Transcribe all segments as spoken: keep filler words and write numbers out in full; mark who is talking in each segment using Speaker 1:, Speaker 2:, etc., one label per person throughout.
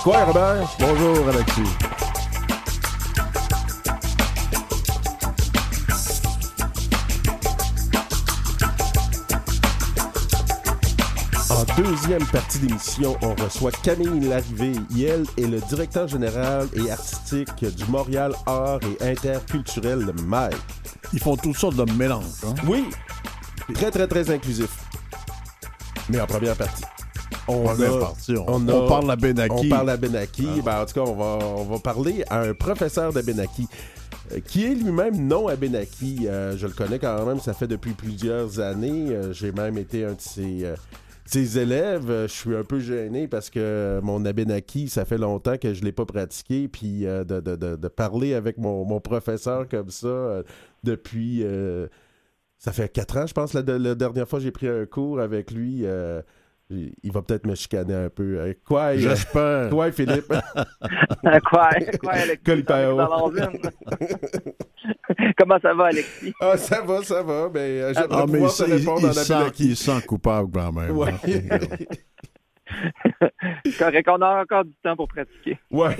Speaker 1: Quoi, Robert?
Speaker 2: Bonjour, Alexis.
Speaker 1: En deuxième partie d'émission, on reçoit Camille Larrivée. Elle est le directeur général et artistique du Montréal Art et Interculturel M A I.
Speaker 2: Ils font toutes sortes de mélanges, hein?
Speaker 1: Oui, très, très, très inclusif. Mais en première partie. On,
Speaker 2: première
Speaker 1: a,
Speaker 2: partie, on,
Speaker 1: on, a,
Speaker 2: on parle à Benaki.
Speaker 1: On parle à Benaki.
Speaker 2: Ah.
Speaker 1: Ben, en tout cas, on va, on va parler à un professeur de Benaki, euh, qui est lui-même non à Benaki. Euh, je le connais quand même, ça fait depuis plusieurs années. Euh, j'ai même été un de ses... Euh, Ses élèves, je suis un peu gêné parce que mon Abénaki, ça fait longtemps que je ne l'ai pas pratiqué, puis euh, de, de, de, de parler avec mon, mon professeur comme ça euh, depuis... Euh, ça fait quatre ans, je pense, la, la dernière fois que j'ai pris un cours avec lui. Euh, il va peut-être me chicaner un peu. Euh, quoi?
Speaker 2: J'espère.
Speaker 1: Quoi, Philippe?
Speaker 3: quoi? Quoi, Alexis? Comment ça va, Alexis?
Speaker 1: Ah, ça va, ça va. Mais euh, j'aimerais
Speaker 2: ah, mais
Speaker 1: pouvoir
Speaker 2: il,
Speaker 1: te répondre
Speaker 2: il,
Speaker 1: en
Speaker 2: sent,
Speaker 1: Abénaki.
Speaker 2: il sent coupable quand même.
Speaker 1: Ouais.
Speaker 3: Correct, on a encore du temps pour pratiquer.
Speaker 1: Ouais.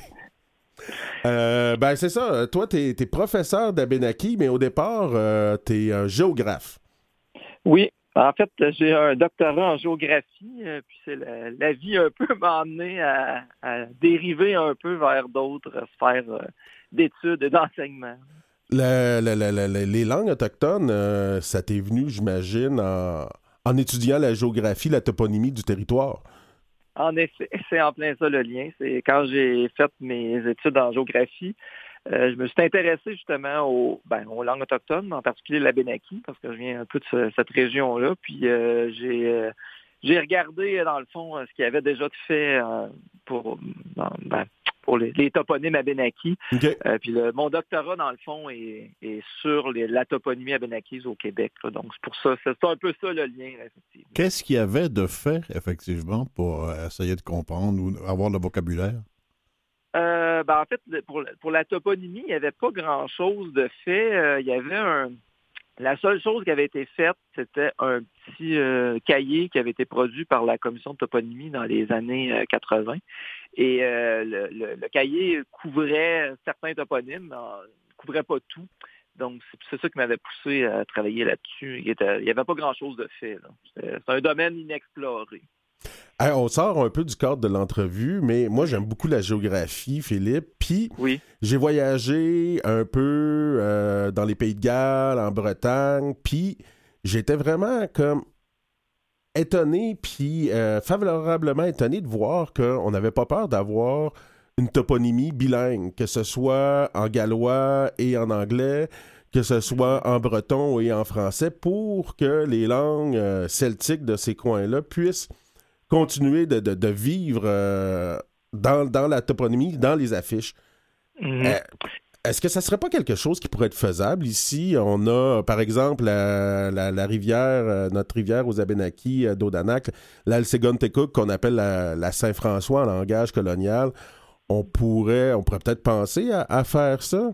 Speaker 1: Euh, ben, c'est ça. Toi, t'es, t'es professeur d'Abénaki, mais au départ, euh, t'es un géographe.
Speaker 3: Oui. En fait, j'ai un doctorat en géographie, euh, puis c'est la, la vie un peu m'a amené à, à dériver un peu vers d'autres sphères euh, d'études et d'enseignement.
Speaker 1: La, la, la, la, les langues autochtones, euh, ça t'est venu, j'imagine, en, en étudiant la géographie, la toponymie du territoire.
Speaker 3: En effet, c'est en plein ça le lien. C'est quand j'ai fait mes études en géographie, euh, je me suis intéressé justement aux, ben, aux langues autochtones, en particulier l'Abénaki, parce que je viens un peu de ce, cette région-là. Puis euh, j'ai, euh, j'ai regardé, dans le fond, ce qu'il y avait déjà de fait euh, pour, ben, pour les, les toponymes abénakis.
Speaker 1: Okay.
Speaker 3: Euh, puis le, mon doctorat, dans le fond, est, est sur les, la toponymie abénakise au Québec. Là. Donc, c'est pour ça, c'est, c'est un peu ça le lien, effectivement.
Speaker 2: Qu'est-ce qu'il y avait de fait, effectivement, pour euh, essayer de comprendre ou avoir le vocabulaire?
Speaker 3: Euh, ben, en fait, pour, pour la toponymie, il n'y avait pas grand-chose de fait. Euh, il y avait un... La seule chose qui avait été faite, c'était un petit euh, cahier qui avait été produit par la commission de toponymie dans les années euh, quatre-vingts. Et euh, le, le, le cahier couvrait certains toponymes, ne couvrait pas tout. Donc, c'est, c'est ça qui m'avait poussé à travailler là-dessus. Il n'y avait pas grand-chose de fait. Là. C'est, c'est un domaine inexploré.
Speaker 1: Hey, on sort un peu du cadre de l'entrevue, mais moi, j'aime beaucoup la géographie, Philippe. Puis,
Speaker 3: oui.
Speaker 1: j'ai voyagé un peu euh, dans les Pays de Galles, en Bretagne, puis j'étais vraiment comme étonné, puis euh, favorablement étonné de voir qu'on n'avait pas peur d'avoir une toponymie bilingue, que ce soit en gallois et en anglais, que ce soit en breton et en français, pour que les langues euh, celtiques de ces coins-là puissent continuer de, de, de vivre euh, dans, dans la toponymie, dans les affiches.
Speaker 3: Mm-hmm.
Speaker 1: Euh, est-ce que ça serait pas quelque chose qui pourrait être faisable ici? On a, par exemple, la, la, la rivière, euh, notre rivière aux Abénakis euh, d'Odanak, l'Alségon-Tekuk, qu'on appelle la, la Saint-François en langage colonial. On pourrait, on pourrait peut-être penser à, à faire ça?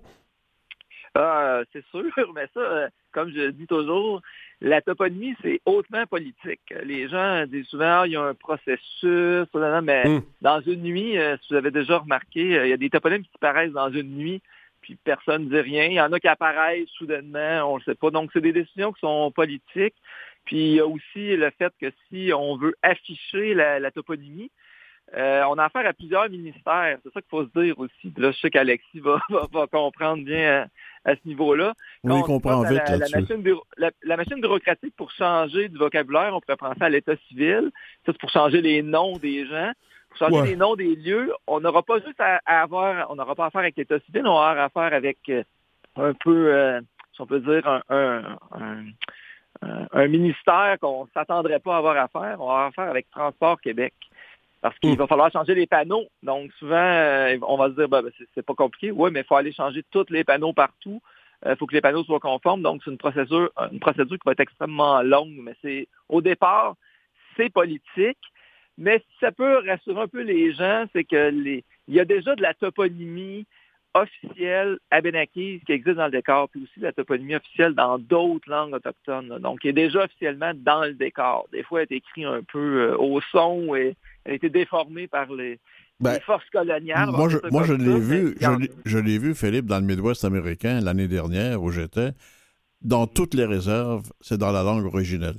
Speaker 3: Ah, c'est sûr, mais ça, euh, comme je dis toujours, la toponymie, c'est hautement politique. Les gens disent souvent, ah, il y a un processus, mais mm. dans une nuit, euh, si vous avez déjà remarqué, euh, il y a des toponymes qui apparaissent dans une nuit, puis personne ne dit rien. Il y en a qui apparaissent soudainement, on ne le sait pas. Donc, c'est des décisions qui sont politiques. Puis, il y a aussi le fait que si on veut afficher la, la toponymie, Euh, on a affaire à plusieurs ministères. C'est ça qu'il faut se dire aussi. Puis là, je sais qu'Alexis va, va, va comprendre bien à, à ce niveau-là.
Speaker 2: Quand oui, il comprend vite
Speaker 3: la,
Speaker 2: là-dessus.
Speaker 3: La machine, bureau, la, la machine bureaucratique pour changer du vocabulaire, on pourrait penser à l'état civil. Ça, c'est pour changer les noms des gens. Pour changer ouais. les noms des lieux, on n'aura pas juste à, à avoir, on n'aura pas affaire avec l'état civil, on va avoir affaire avec euh, un peu, euh, si on peut dire, un, un, un, un, un ministère qu'on ne s'attendrait pas à avoir affaire. On va avoir affaire avec Transport Québec. Parce qu'il mmh. va falloir changer les panneaux. Donc, souvent, euh, on va se dire, bah, ben, c'est, c'est pas compliqué. Oui, mais il faut aller changer tous les panneaux partout. Il euh, faut que les panneaux soient conformes. Donc, c'est une procédure, une procédure qui va être extrêmement longue. Mais c'est, au départ, c'est politique. Mais ça peut rassurer un peu les gens, c'est que les, il y a déjà de la toponymie officielle abénakise qui existe dans le décor, puis aussi de la toponymie officielle dans d'autres langues autochtones. Là. Donc, qui est déjà officiellement dans le décor. Des fois, elle est écrite un peu euh, au son et elle a été déformée par les,
Speaker 1: Ben,
Speaker 3: les forces coloniales.
Speaker 2: Moi, je, moi, je l'ai
Speaker 3: ça,
Speaker 2: vu,
Speaker 3: mais,
Speaker 2: je, l'ai- je l'ai vu, Philippe, dans le Midwest américain l'année dernière où j'étais. Dans toutes les réserves, c'est dans la langue originelle.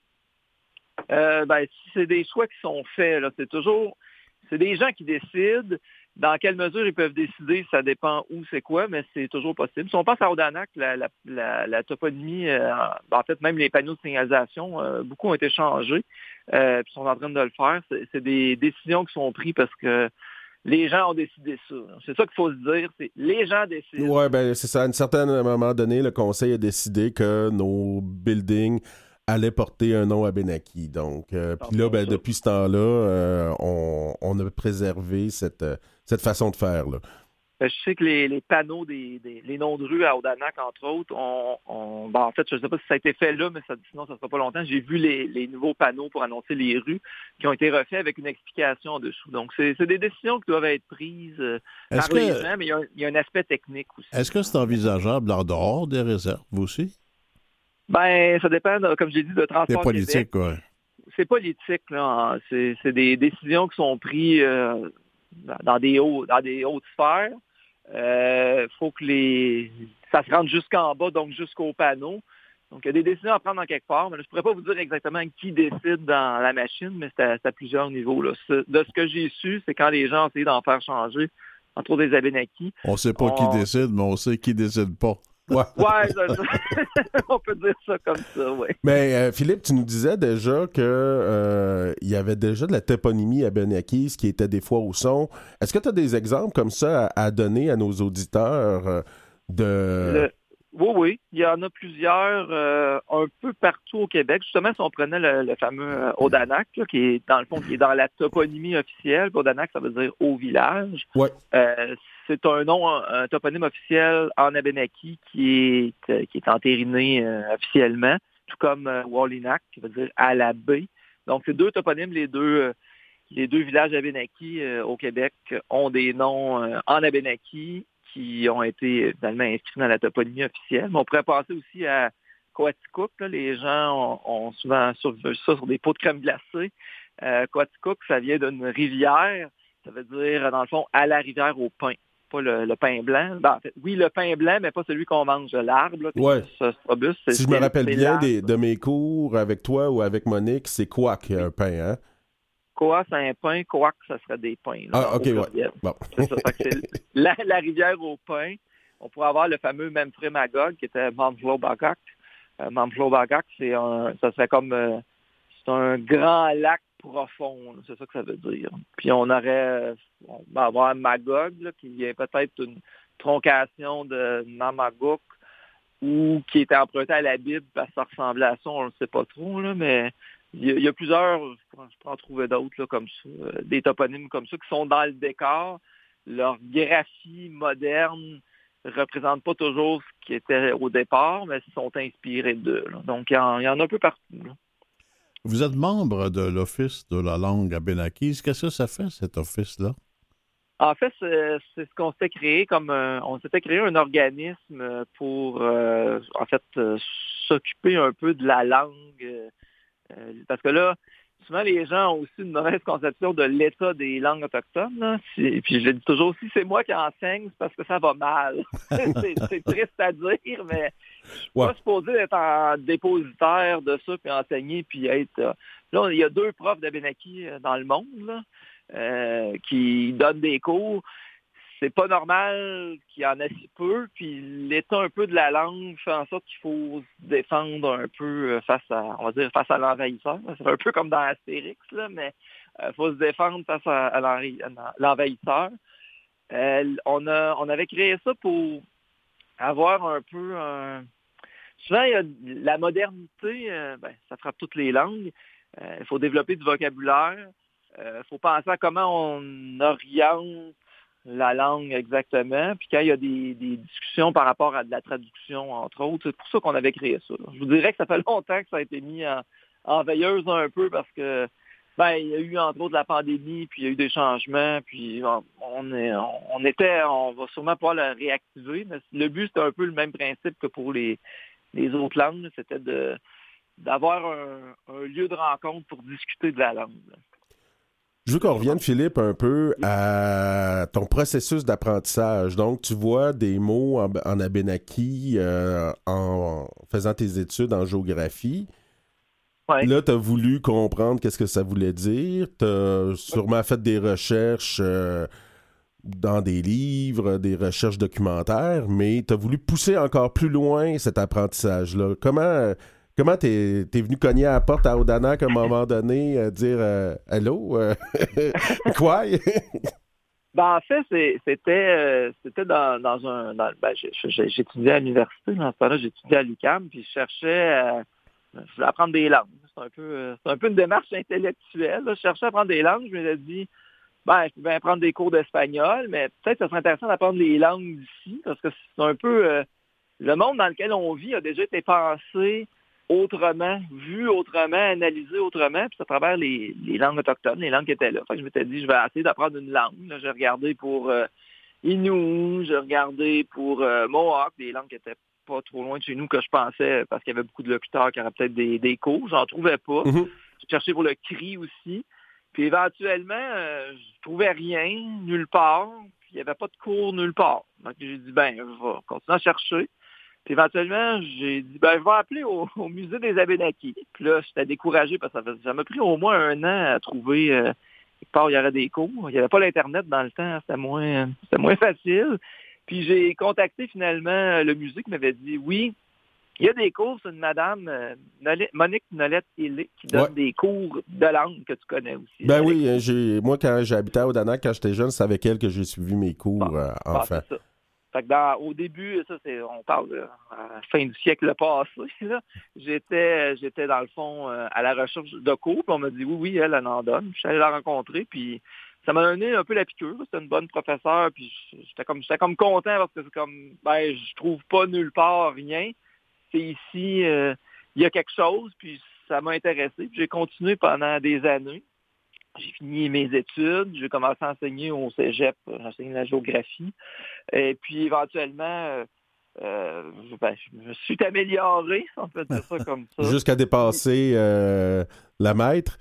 Speaker 3: Euh, ben, si c'est des choix qui sont faits, là, c'est toujours, c'est des gens qui décident. Dans quelle mesure ils peuvent décider, ça dépend où, c'est quoi, mais c'est toujours possible. Si on pense à Odanak, la, la, la, la toponymie, euh, en fait, même les panneaux de signalisation, euh, beaucoup ont été changés, euh, puis sont en train de le faire. C'est, c'est des décisions qui sont prises parce que les gens ont décidé ça. C'est ça qu'il faut se dire, c'est les gens décident.
Speaker 1: Oui, ben c'est ça. À un certain moment donné, le conseil a décidé que nos buildings allaient porter un nom Abénaki. Donc, euh, puis là, ben, depuis ce temps-là, euh, on, on a préservé cette, euh, cette façon de faire, là.
Speaker 3: Je sais que les, les panneaux, des, des les noms de rues à Odanak, entre autres, on, on ben en fait, je ne sais pas si ça a été fait là, mais ça, sinon, ça ne sera pas longtemps. J'ai vu les, les nouveaux panneaux pour annoncer les rues qui ont été refaits avec une explication en dessous. Donc, c'est, c'est des décisions qui doivent être prises euh, par
Speaker 2: Est-ce
Speaker 3: les
Speaker 2: que,
Speaker 3: gens, mais il y, a un, il y a un aspect technique aussi.
Speaker 2: est-ce que c'est envisageable en dehors des réserves aussi?
Speaker 3: Ben, ça dépend, de, comme j'ai dit, de transport.
Speaker 2: C'est politique,
Speaker 3: Québec.
Speaker 2: ouais.
Speaker 3: C'est politique, là. C'est, c'est des décisions qui sont prises euh, dans des hauts, dans des hautes sphères. Il euh, faut que les ça se rende jusqu'en bas, donc jusqu'au panneau. Donc, il y a des décisions à prendre en quelque part, mais là, je ne pourrais pas vous dire exactement qui décide dans la machine, mais c'est à, c'est à plusieurs niveaux, là. De ce que j'ai su, c'est quand les gens ont essayé d'en faire changer, entre autres des Abénakis.
Speaker 2: On ne sait pas
Speaker 3: on...
Speaker 2: qui décide, mais on sait qui décide pas.
Speaker 1: Ouais,
Speaker 3: ouais ça, ça. On peut dire ça comme ça, oui.
Speaker 1: Mais euh, Philippe, tu nous disais déjà que euh, il y avait déjà de la toponymie abénakise qui était des fois au son. Est-ce que tu as des exemples comme ça à, à donner à nos auditeurs euh, de...
Speaker 3: Le... Oui, oui. Il y en a plusieurs euh, un peu partout au Québec. Justement, si on prenait le, le fameux euh, Odanak, là, qui est dans le fond, qui est dans la toponymie officielle. Odanak, ça veut dire au village.
Speaker 1: Ouais.
Speaker 3: Euh, c'est un nom, un toponyme officiel en Abénaki qui est, euh, qui est entériné euh, officiellement, tout comme euh, Wallinac, qui veut dire à la baie. Donc, c'est deux toponymes, les deux, euh, les deux villages Abénaki euh, au Québec ont des noms euh, en Abénaki qui ont été finalement inscrits dans la toponymie officielle. Mais on pourrait passer aussi à Coaticook. Là. Les gens ont, ont souvent survu ça sur des pots de crème glacée. Euh, Coaticook, ça vient d'une rivière. Ça veut dire, dans le fond, à la rivière au pain. Pas le, le pain blanc. Ben, en fait, oui, le pain blanc, mais pas celui qu'on mange, l'arbre. Là,
Speaker 1: ouais.
Speaker 3: Ce robuste,
Speaker 1: si je me rappelle bien des, de mes cours avec toi ou avec Monique, c'est quoi qu'il y a un pain, hein?
Speaker 3: Coa, c'est un pain. Coac, ça serait des pains. Là,
Speaker 1: ah, OK, ouais. Bon.
Speaker 3: C'est ça. Fait que c'est la, la rivière au pain. On pourrait avoir le fameux Memphis Magog, qui était Mamflo Bagak. Euh, Mamflo Bagak, c'est un, ça serait comme, euh, c'est un grand lac profond. Là, c'est ça que ça veut dire. Puis on aurait, on va avoir Magog, là, qui est peut-être une troncation de Namaguk, ou qui était emprunté à la Bible, parce que ça ressemblait à ça, on ne le sait pas trop, là, mais il y, a, il y a plusieurs, je peux en trouver d'autres là, comme ça, euh, des toponymes comme ça qui sont dans le décor. Leur graphie moderne ne représente pas toujours ce qui était au départ, mais ils sont inspirés d'eux. Là. Donc, il y, en, il y en a un peu partout. Là.
Speaker 2: Vous êtes membre de l'Office de la langue abénakise. Qu'est-ce que ça fait, cet office-là?
Speaker 3: En fait, c'est, c'est ce qu'on s'était créé comme un, on s'était créé un organisme pour euh, en fait euh, s'occuper un peu de la langue. Euh, euh, parce que là, souvent les gens ont aussi une mauvaise conception de l'état des langues autochtones. Là. Et puis je le dis toujours, si c'est moi qui enseigne, c'est parce que ça va mal. c'est, c'est triste à dire, mais je suis
Speaker 1: ouais.
Speaker 3: pas supposé être en dépositaire de ça, puis enseigner, puis être... Euh, là, il y a deux profs d'Abénaki dans le monde, là. Euh, qui donnent des cours, c'est pas normal qu'il y en ait si peu, puis l'état un peu de la langue fait en sorte qu'il faut se défendre un peu face à, on va dire, face à l'envahisseur. C'est un peu comme dans Astérix, là, mais il euh, faut se défendre face à, à l'envahisseur. Euh, on a, on avait créé ça pour avoir un peu un... Souvent, il y a la modernité, euh, ben, ça frappe toutes les langues. Euh, il faut développer du vocabulaire. Il euh, faut penser à comment on oriente la langue exactement. Puis quand il y a des, des discussions par rapport à de la traduction, entre autres, c'est pour ça qu'on avait créé ça. Là. Je vous dirais que ça fait longtemps que ça a été mis en, en veilleuse un peu parce que ben il y a eu entre autres la pandémie, puis il y a eu des changements, puis on, on, est, on était, on va sûrement pouvoir le réactiver. Mais le but, c'était un peu le même principe que pour les, les autres langues. C'était de d'avoir un, un lieu de rencontre pour discuter de la langue. Là.
Speaker 1: Je veux qu'on revienne, Philippe, un peu à ton processus d'apprentissage. Donc, tu vois des mots en, en Abénaki euh, en faisant tes études en géographie.
Speaker 3: Ouais.
Speaker 1: Là, tu as voulu comprendre qu'est-ce que ça voulait dire. Tu as sûrement fait des recherches euh, dans des livres, des recherches documentaires, mais tu as voulu pousser encore plus loin cet apprentissage-là. Comment... Comment t'es, t'es venu cogner à la porte à Odanak à un moment donné, euh, dire euh, « Allô? Euh, quoi? »
Speaker 3: Ben, en fait, c'est, c'était, euh, c'était dans, dans un... Dans, ben, j'ai, j'ai, j'étudiais à l'université. Dans ce temps-là, j'étudiais à l'U Q A M, puis je cherchais... Euh, je voulais apprendre des langues. C'est un peu, euh, c'est un peu une démarche intellectuelle. Là. Je cherchais à apprendre des langues. Je me suis dit, ben, je pouvais apprendre des cours d'espagnol, mais peut-être que ça serait intéressant d'apprendre les langues d'ici, parce que c'est un peu... Euh, le monde dans lequel on vit a déjà été pensé autrement, vu autrement, analysé autrement, puis c'est à travers les, les langues autochtones, les langues qui étaient là. Fait que je m'étais dit, je vais essayer d'apprendre une langue. Là, j'ai regardé pour euh, Innu, j'ai regardé pour euh, Mohawk, des langues qui étaient pas trop loin de chez nous que je pensais, parce qu'il y avait beaucoup de locuteurs qui auraient peut-être des, des cours. J'en trouvais pas.
Speaker 1: Mm-hmm.
Speaker 3: J'ai cherché pour le cri aussi. Puis éventuellement, euh, je trouvais rien, nulle part. Puis il n'y avait pas de cours nulle part. Donc j'ai dit, ben, je vais continuer à chercher. Puis éventuellement, j'ai dit, ben, je vais appeler au, au musée des Abénakis. Puis là, j'étais découragé parce que ça, fait, ça m'a pris au moins un an à trouver euh, quelque part où il y aurait des cours. Il n'y avait pas l'Internet dans le temps, c'était moins, c'était moins facile. Puis j'ai contacté finalement le musée qui m'avait dit, oui, il y a des cours, c'est une madame, euh, Nolette, Monique Nolette-Hélé, qui donne
Speaker 1: Ouais.
Speaker 3: des cours de langue que tu connais aussi.
Speaker 1: Ben oui, hein, j'ai, moi, quand j'habitais à Odanak, quand j'étais jeune, c'est avec elle que j'ai suivi mes cours
Speaker 3: Bon,
Speaker 1: euh,
Speaker 3: bon,
Speaker 1: enfant.
Speaker 3: c'est ça. Fait que dans, au début, ça c'est, on parle de, à la fin du siècle passé, là, j'étais, j'étais dans le fond euh, à la recherche de cours, puis on m'a dit oui, oui, elle, elle en donne. Je suis allé la rencontrer, puis ça m'a donné un peu la piqûre. C'était une bonne professeure, puis j'étais comme, j'étais comme content parce que c'est comme, ben, je trouve pas nulle part rien. C'est ici, euh, il y a quelque chose, puis ça m'a intéressé. Puis j'ai continué pendant des années. J'ai fini mes études, j'ai commencé à enseigner au cégep, j'ai enseigné la géographie. Et puis, éventuellement, euh, euh, ben, je me suis amélioré, on peut dire ça comme ça.
Speaker 1: Jusqu'à dépasser euh, la maître.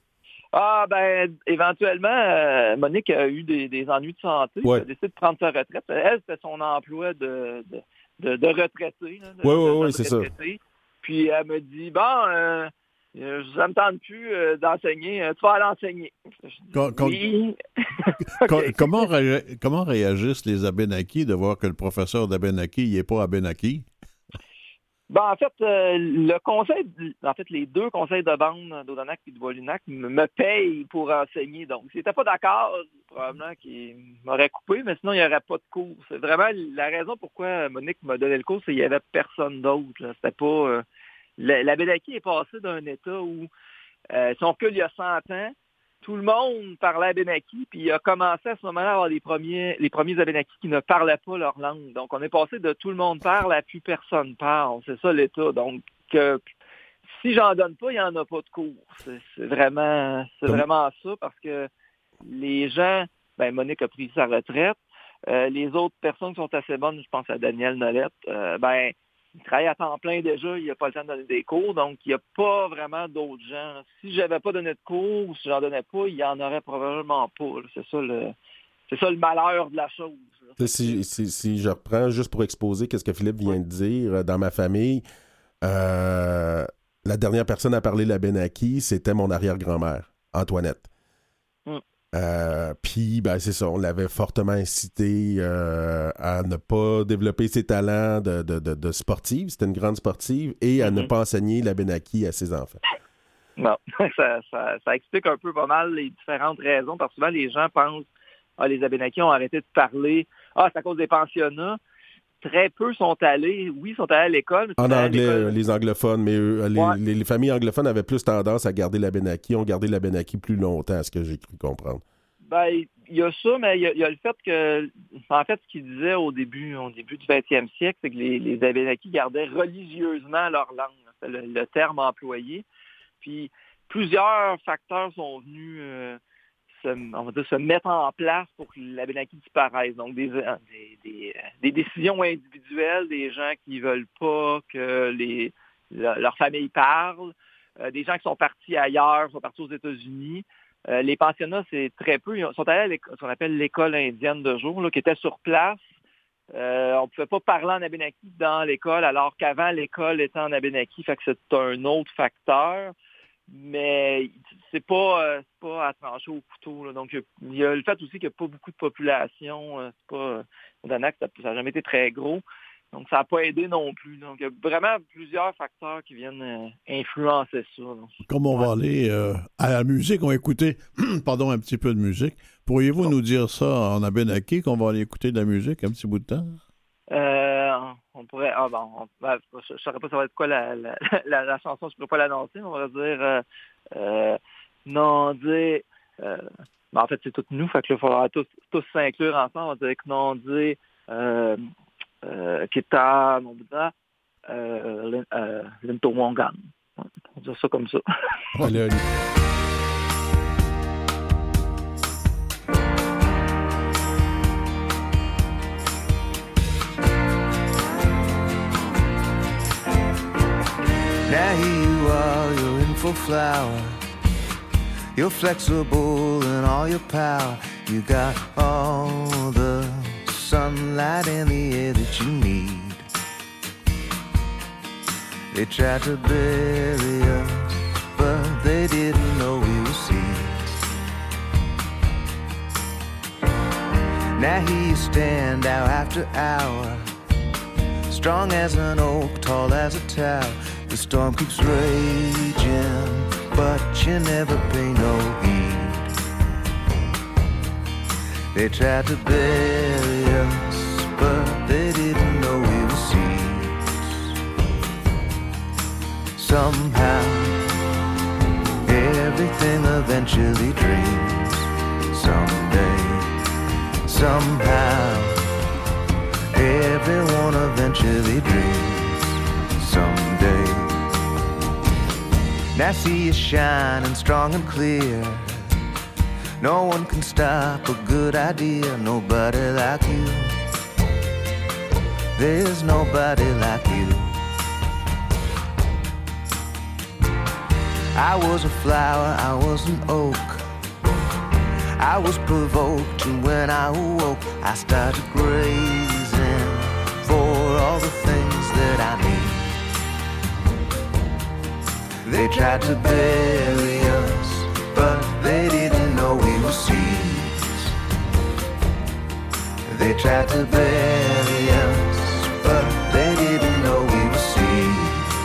Speaker 3: Ah, ben, éventuellement, euh, Monique a eu des, des ennuis de santé.
Speaker 1: Ouais.
Speaker 3: Elle a décidé de prendre sa retraite. Elle, c'était son emploi de, de, de, de retraité. Là, de,
Speaker 1: Oui,
Speaker 3: de
Speaker 1: oui, oui, c'est ça.
Speaker 3: Puis, elle me dit, bon, euh, Euh, ça me tente plus euh, d'enseigner. Euh, tu vas aller enseigner.
Speaker 2: Com- com-
Speaker 3: oui.
Speaker 2: Com-
Speaker 3: Okay.
Speaker 2: comment, ré- comment réagissent les Abénakis de voir que le professeur d'Abénaki n'est pas Abénaki?
Speaker 3: Ben, en fait, euh, le conseil, en fait, les deux conseils de bande d'Odanak et de Wolunak me, me payent pour enseigner. Donc, s'ils n'étaient pas d'accord, probablement qu'ils m'auraient coupé, mais sinon, il n'y aurait pas de cours. C'est vraiment la raison pourquoi Monique m'a donné le cours, c'est qu'il n'y avait personne d'autre. Là. C'était pas... Euh, L'Abénaki est passé d'un état où, euh, si on recule il y a cent ans, tout le monde parlait Abénaki, puis il a commencé à ce moment-là à avoir les premiers, les premiers Abénakis qui ne parlaient pas leur langue. Donc, on est passé de tout le monde parle à plus personne parle. C'est ça l'état. Donc, euh, si j'en donne pas, il n'y en a pas de cours. C'est, c'est vraiment, c'est
Speaker 1: Comme...
Speaker 3: vraiment ça, parce que les gens, ben Monique a pris sa retraite. Euh, les autres personnes qui sont assez bonnes, je pense à Daniel Nolette, euh, ben il travaille à temps plein déjà, il n'a pas le temps de donner des cours, donc il n'y a pas vraiment d'autres gens. Si j'avais pas donné de cours, ou si j'en donnais pas, il n'y en aurait probablement pas. Là. C'est ça le c'est ça le malheur de la chose.
Speaker 1: Si, si, si je reprends juste pour exposer ce que Philippe vient de dire, dans ma famille, euh, la dernière personne à parler l'Abénaki, c'était mon arrière-grand-mère, Antoinette. Mm. Euh, Puis, ben, c'est ça, on l'avait fortement incité euh, à ne pas développer ses talents de, de, de, de sportive, c'était une grande sportive, et à mm-hmm. ne pas enseigner l'Abénaki à ses enfants.
Speaker 3: Non, ça, ça, ça explique un peu pas mal les différentes raisons, parce que souvent les gens pensent ah, les Abénakis ont arrêté de parler, ah, c'est à cause des pensionnats. Très peu sont allés, oui, sont allés à l'école.
Speaker 1: En anglais,
Speaker 3: l'école.
Speaker 1: les anglophones, mais eux, les, ouais. les, les familles anglophones avaient plus tendance à garder l'Abénaki, ont gardé l'Abénaki plus longtemps, à ce que j'ai cru comprendre.
Speaker 3: Ben, il y a ça, mais il y a, il y a le fait que, en fait, ce qu'ils disaient au début, au début du vingtième siècle, c'est que les, les Abénakis gardaient religieusement leur langue. C'est le, le terme employé. Puis, plusieurs facteurs sont venus... Euh, Se, on va dire, se mettre en place pour que l'Abénaki disparaisse. Donc, des, des, des, des décisions individuelles, des gens qui ne veulent pas que les, le, leur famille parle, euh, des gens qui sont partis ailleurs, sont partis aux États-Unis. Euh, les pensionnats, c'est très peu. Ils sont allés à ce qu'on appelle l'école indienne de jour, là, qui était sur place. Euh, on ne pouvait pas parler en Abénaquis dans l'école, alors qu'avant, l'école était en Abénaquis, fait que c'est un autre facteur. Mais c'est pas, euh, c'est pas à trancher au couteau, là. Donc, il y a le fait aussi qu'il n'y a pas beaucoup de population. Euh, c'est pas, Odanak, ça n'a jamais été très gros. Donc, ça n'a pas aidé non plus. Donc, il y a vraiment plusieurs facteurs qui viennent euh, influencer ça. Donc.
Speaker 2: Comme on ouais. va aller euh, à la musique, on va écouter pardon, un petit peu de musique. Pourriez-vous bon. nous dire ça en Abénaquis, qu'on va aller écouter de la musique un petit bout de temps?
Speaker 3: Euh, on pourrait... Ah bon, on, ben, je ne saurais pas ça va être quoi la, la, la, la chanson, je ne pourrais pas l'annoncer, mais on va dire euh, euh, non dire... Euh, ben, en fait, c'est tout nous, fait que là, il faudra tous, tous s'inclure ensemble. On va dire que non dire... Euh, Euh, Kita, Nobuda, euh, euh, Linto Wongan. On va dire ça comme ça.
Speaker 1: Allez, allez.
Speaker 4: Now here you are, you're in full flower. You're flexible in all your power. You got all the sunlight in the air that you need. They tried to bury us, but they didn't know we were seeds. Now here you stand hour after hour, strong as an oak, tall as a tower. The storm keeps raging, but you never pay no heed. They tried to bury us, but they didn't know we were seeds. Somehow, everything eventually dreams. Someday, somehow, everyone eventually dreams. Someday. Now see you shining strong and clear. No one can stop a good idea, nobody like you. There's nobody like you. I was a flower, I was an oak. I was provoked, and when I awoke, I started grazing for all the things that I need. They tried to bury us, but they didn't know we were seeds. They tried to bury us, but they didn't know we were seeds.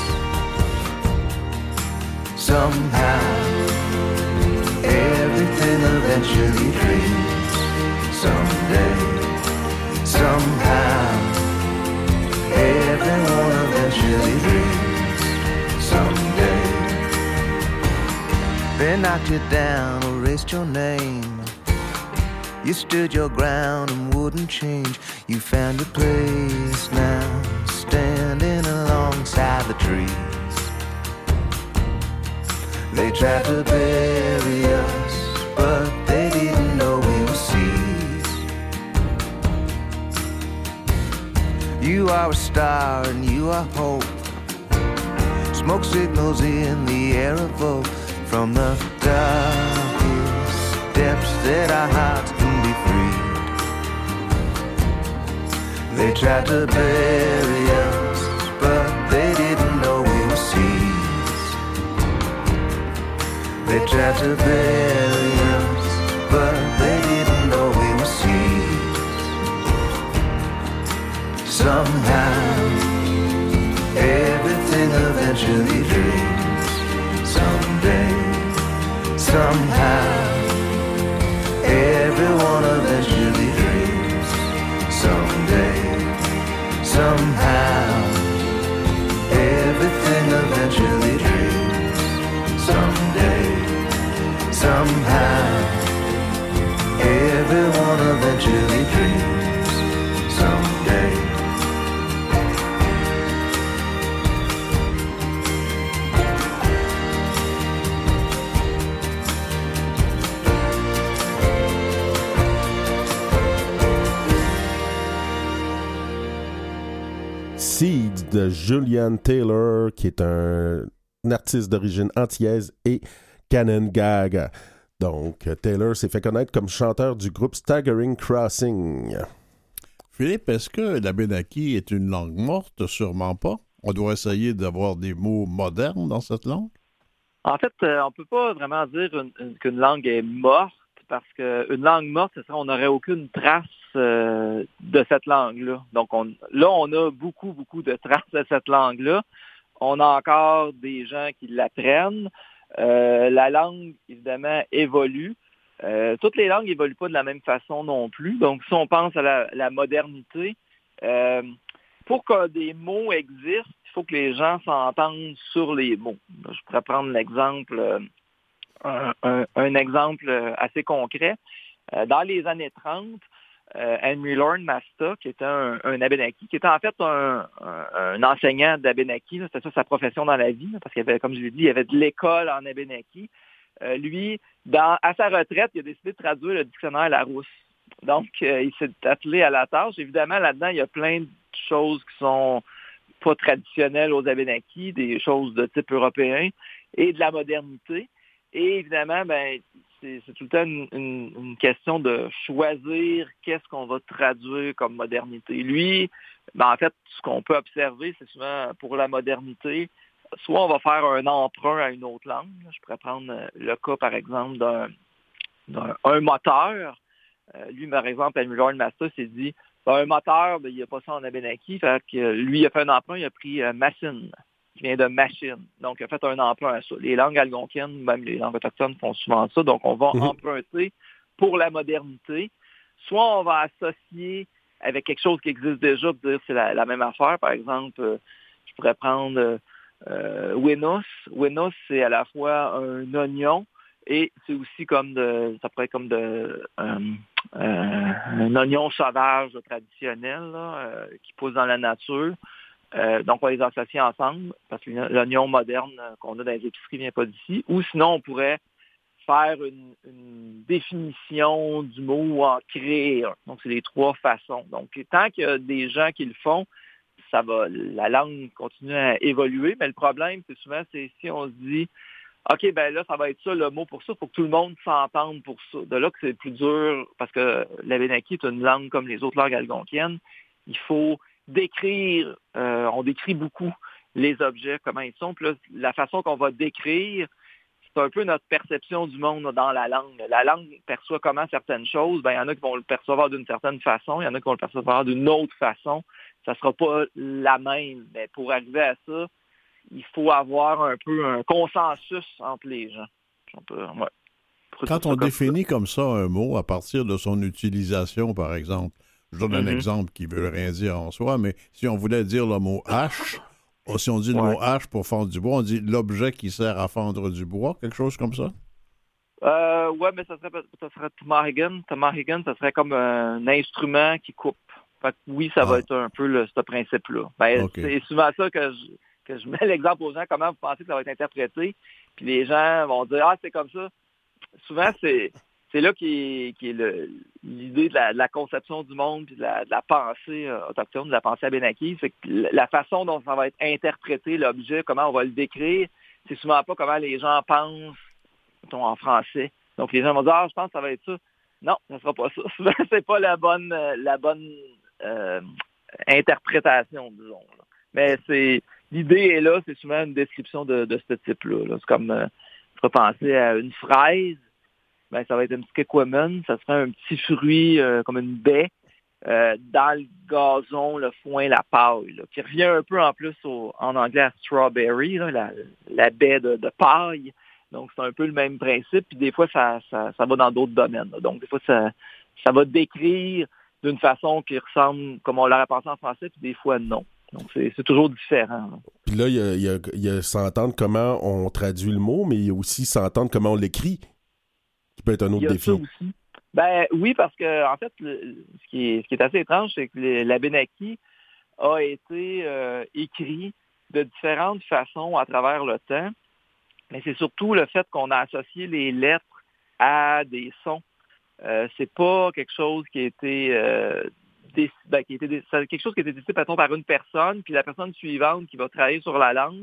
Speaker 4: Somehow, everything eventually dreams. Someday, somehow, everyone eventually dreams. Someday. They knocked you down, erased your name. You stood your ground and wouldn't change. You found a place now, standing alongside the trees. They tried to bury us, but they didn't know we were seeds. You are a star and you are hope. Smoke signals in the air evoke from the darkest depths that our hearts can be freed. They tried to bury us, but they didn't know we were seeds. They tried to bury us, but they didn't know we were seeds. Somehow, everything eventually dreams. Someday, somehow, everyone eventually dreams. Someday, somehow, everything eventually dreams. Someday, somehow, everyone eventually dreams. Someday.
Speaker 1: Seeds de Julian Taylor, qui est un, un artiste d'origine antillaise et Canangaga. Donc, Taylor s'est fait connaître comme chanteur du groupe Staggering Crossing.
Speaker 2: Philippe, est-ce que l'Abénaki est une langue morte? Sûrement pas. On doit essayer d'avoir des mots modernes dans cette langue?
Speaker 3: En fait, euh, on ne peut pas vraiment dire une, une, qu'une langue est morte, parce qu'une langue morte, ce serait on n'aurait aucune trace euh, de cette langue-là. Donc on, là, on a beaucoup, beaucoup de traces de cette langue-là. On a encore des gens qui l'apprennent. Euh, la langue, évidemment, évolue. Euh, toutes les langues n'évoluent pas de la même façon non plus. Donc, si on pense à la, la modernité, euh, pour que des mots existent, il faut que les gens s'entendent sur les mots. Je pourrais prendre l'exemple, euh, un, un, un exemple assez concret. Euh, dans les années trente, euh, Henry Lorne Masta, qui était un, un Abénaki, qui était en fait un, un, un enseignant d'Abénaki, c'était ça sa profession dans la vie, là, parce qu'il y avait, comme je l'ai dit, il y avait de l'école en Abénaki. Euh, lui, dans, à sa retraite, il a décidé de traduire le dictionnaire Larousse. Donc, euh, il s'est attelé à la tâche. Évidemment, là-dedans, il y a plein de choses qui sont pas traditionnelles aux Abénakis, des choses de type européen et de la modernité. Et évidemment, ben, c'est, c'est tout le temps une, une, une question de choisir qu'est-ce qu'on va traduire comme modernité. Lui, ben, en fait, ce qu'on peut observer, c'est souvent pour la modernité, soit on va faire un emprunt à une autre langue. Je pourrais prendre le cas, par exemple, d'un, d'un un moteur. Euh, lui, par exemple, Henry Lorne Masta s'est dit, ben, un moteur, ben, il n'y a pas ça en Abénaki. Fait que lui, il a fait un emprunt, il a pris euh, machine, qui vient de machine. Donc, il a fait un emprunt à ça. Les langues algonquiennes, même les langues autochtones font souvent ça. Donc, on va mm-hmm. emprunter pour la modernité. Soit on va associer avec quelque chose qui existe déjà, pour dire que c'est la, la même affaire. Par exemple, euh, je pourrais prendre... Euh, Euh, Winos. Winos, c'est à la fois un oignon et c'est aussi comme de, ça pourrait être comme de, euh, euh, un oignon sauvage traditionnel là, euh, qui pousse dans la nature. Euh, donc, on les associe ensemble parce que l'oignon moderne qu'on a dans les épiceries ne vient pas d'ici. Ou sinon, on pourrait faire une, une définition du mot ou en créer un. Donc, c'est les trois façons. Donc, tant qu'il y a des gens qui le font, ça va, la langue continue à évoluer, mais le problème, c'est souvent, c'est si on se dit, OK, ben là, ça va être ça, le mot pour ça, il faut que tout le monde s'entende pour ça. De là que c'est plus dur, parce que l'Abénaki est une langue comme les autres langues algonquiennes. Il faut décrire, euh, on décrit beaucoup les objets, comment ils sont. Puis là, la façon qu'on va décrire, c'est un peu notre perception du monde dans la langue. La langue perçoit comment certaines choses. Ben, il y en a qui vont le percevoir d'une certaine façon, il y en a qui vont le percevoir d'une autre façon. Ça ne sera pas la même. Mais pour arriver à ça, il faut avoir un peu un consensus entre les gens. On peut, ouais.
Speaker 2: Quand on définit comme ça un mot à partir de son utilisation, par exemple, je donne mm-hmm. un exemple qui ne veut rien dire en soi, mais si on voulait dire le mot hache, ou si on dit le ouais. mot hache pour fendre du bois, on dit l'objet qui sert à fendre du bois, quelque chose comme ça?
Speaker 3: Euh, oui, mais ça serait, ça serait Tomahawk. Tomahawk, ça serait comme un instrument qui coupe. Fait que oui, ça ah. va être un peu le, ce principe-là. Ben, okay. C'est souvent ça que je, que je mets l'exemple aux gens, comment vous pensez que ça va être interprété, puis les gens vont dire « Ah, c'est comme ça ». Souvent, c'est, c'est là qui est, est le, l'idée de la, de la conception du monde puis de la, de la pensée euh, autochtone, de la pensée abénaki. C'est que la façon dont ça va être interprété, l'objet, comment on va le décrire, c'est souvent pas comment les gens pensent mettons, en français. Donc, les gens vont dire « Ah, je pense que ça va être ça ». Non, ça sera pas ça. Souvent, c'est pas la bonne... la bonne Euh, interprétation, disons. Là. Mais c'est l'idée est là, c'est souvent une description de, de ce type-là. Là. C'est comme, euh, tu vas penser à une fraise, ben, ça va être un petit kekwemon, ça serait un petit fruit euh, comme une baie euh, dans le gazon, le foin, la paille, là, qui revient un peu en plus au, en anglais à strawberry, là, la, la baie de, de paille. Donc, c'est un peu le même principe. Puis des fois, ça, ça, ça va dans d'autres domaines. Là. Donc, des fois, ça, ça va décrire d'une façon qui ressemble comme on l'aurait pensé en français, puis des fois, non. Donc, c'est, c'est toujours différent. Là.
Speaker 1: Puis là, il y a, y a, y a s'entendre comment on traduit le mot, mais il y a aussi s'entendre comment on l'écrit, qui peut être un autre
Speaker 3: il y a
Speaker 1: défi.
Speaker 3: Ça aussi. Ben oui, parce que en fait, le, ce, qui est, ce qui est assez étrange, c'est que les, l'Abénaki a été euh, écrit de différentes façons à travers le temps, mais c'est surtout le fait qu'on a associé les lettres à des sons. Euh, c'est pas quelque chose qui a été euh, déc... ben, qui a été déc... c'est quelque chose qui a été décidé par une personne, puis la personne suivante qui va travailler sur la langue,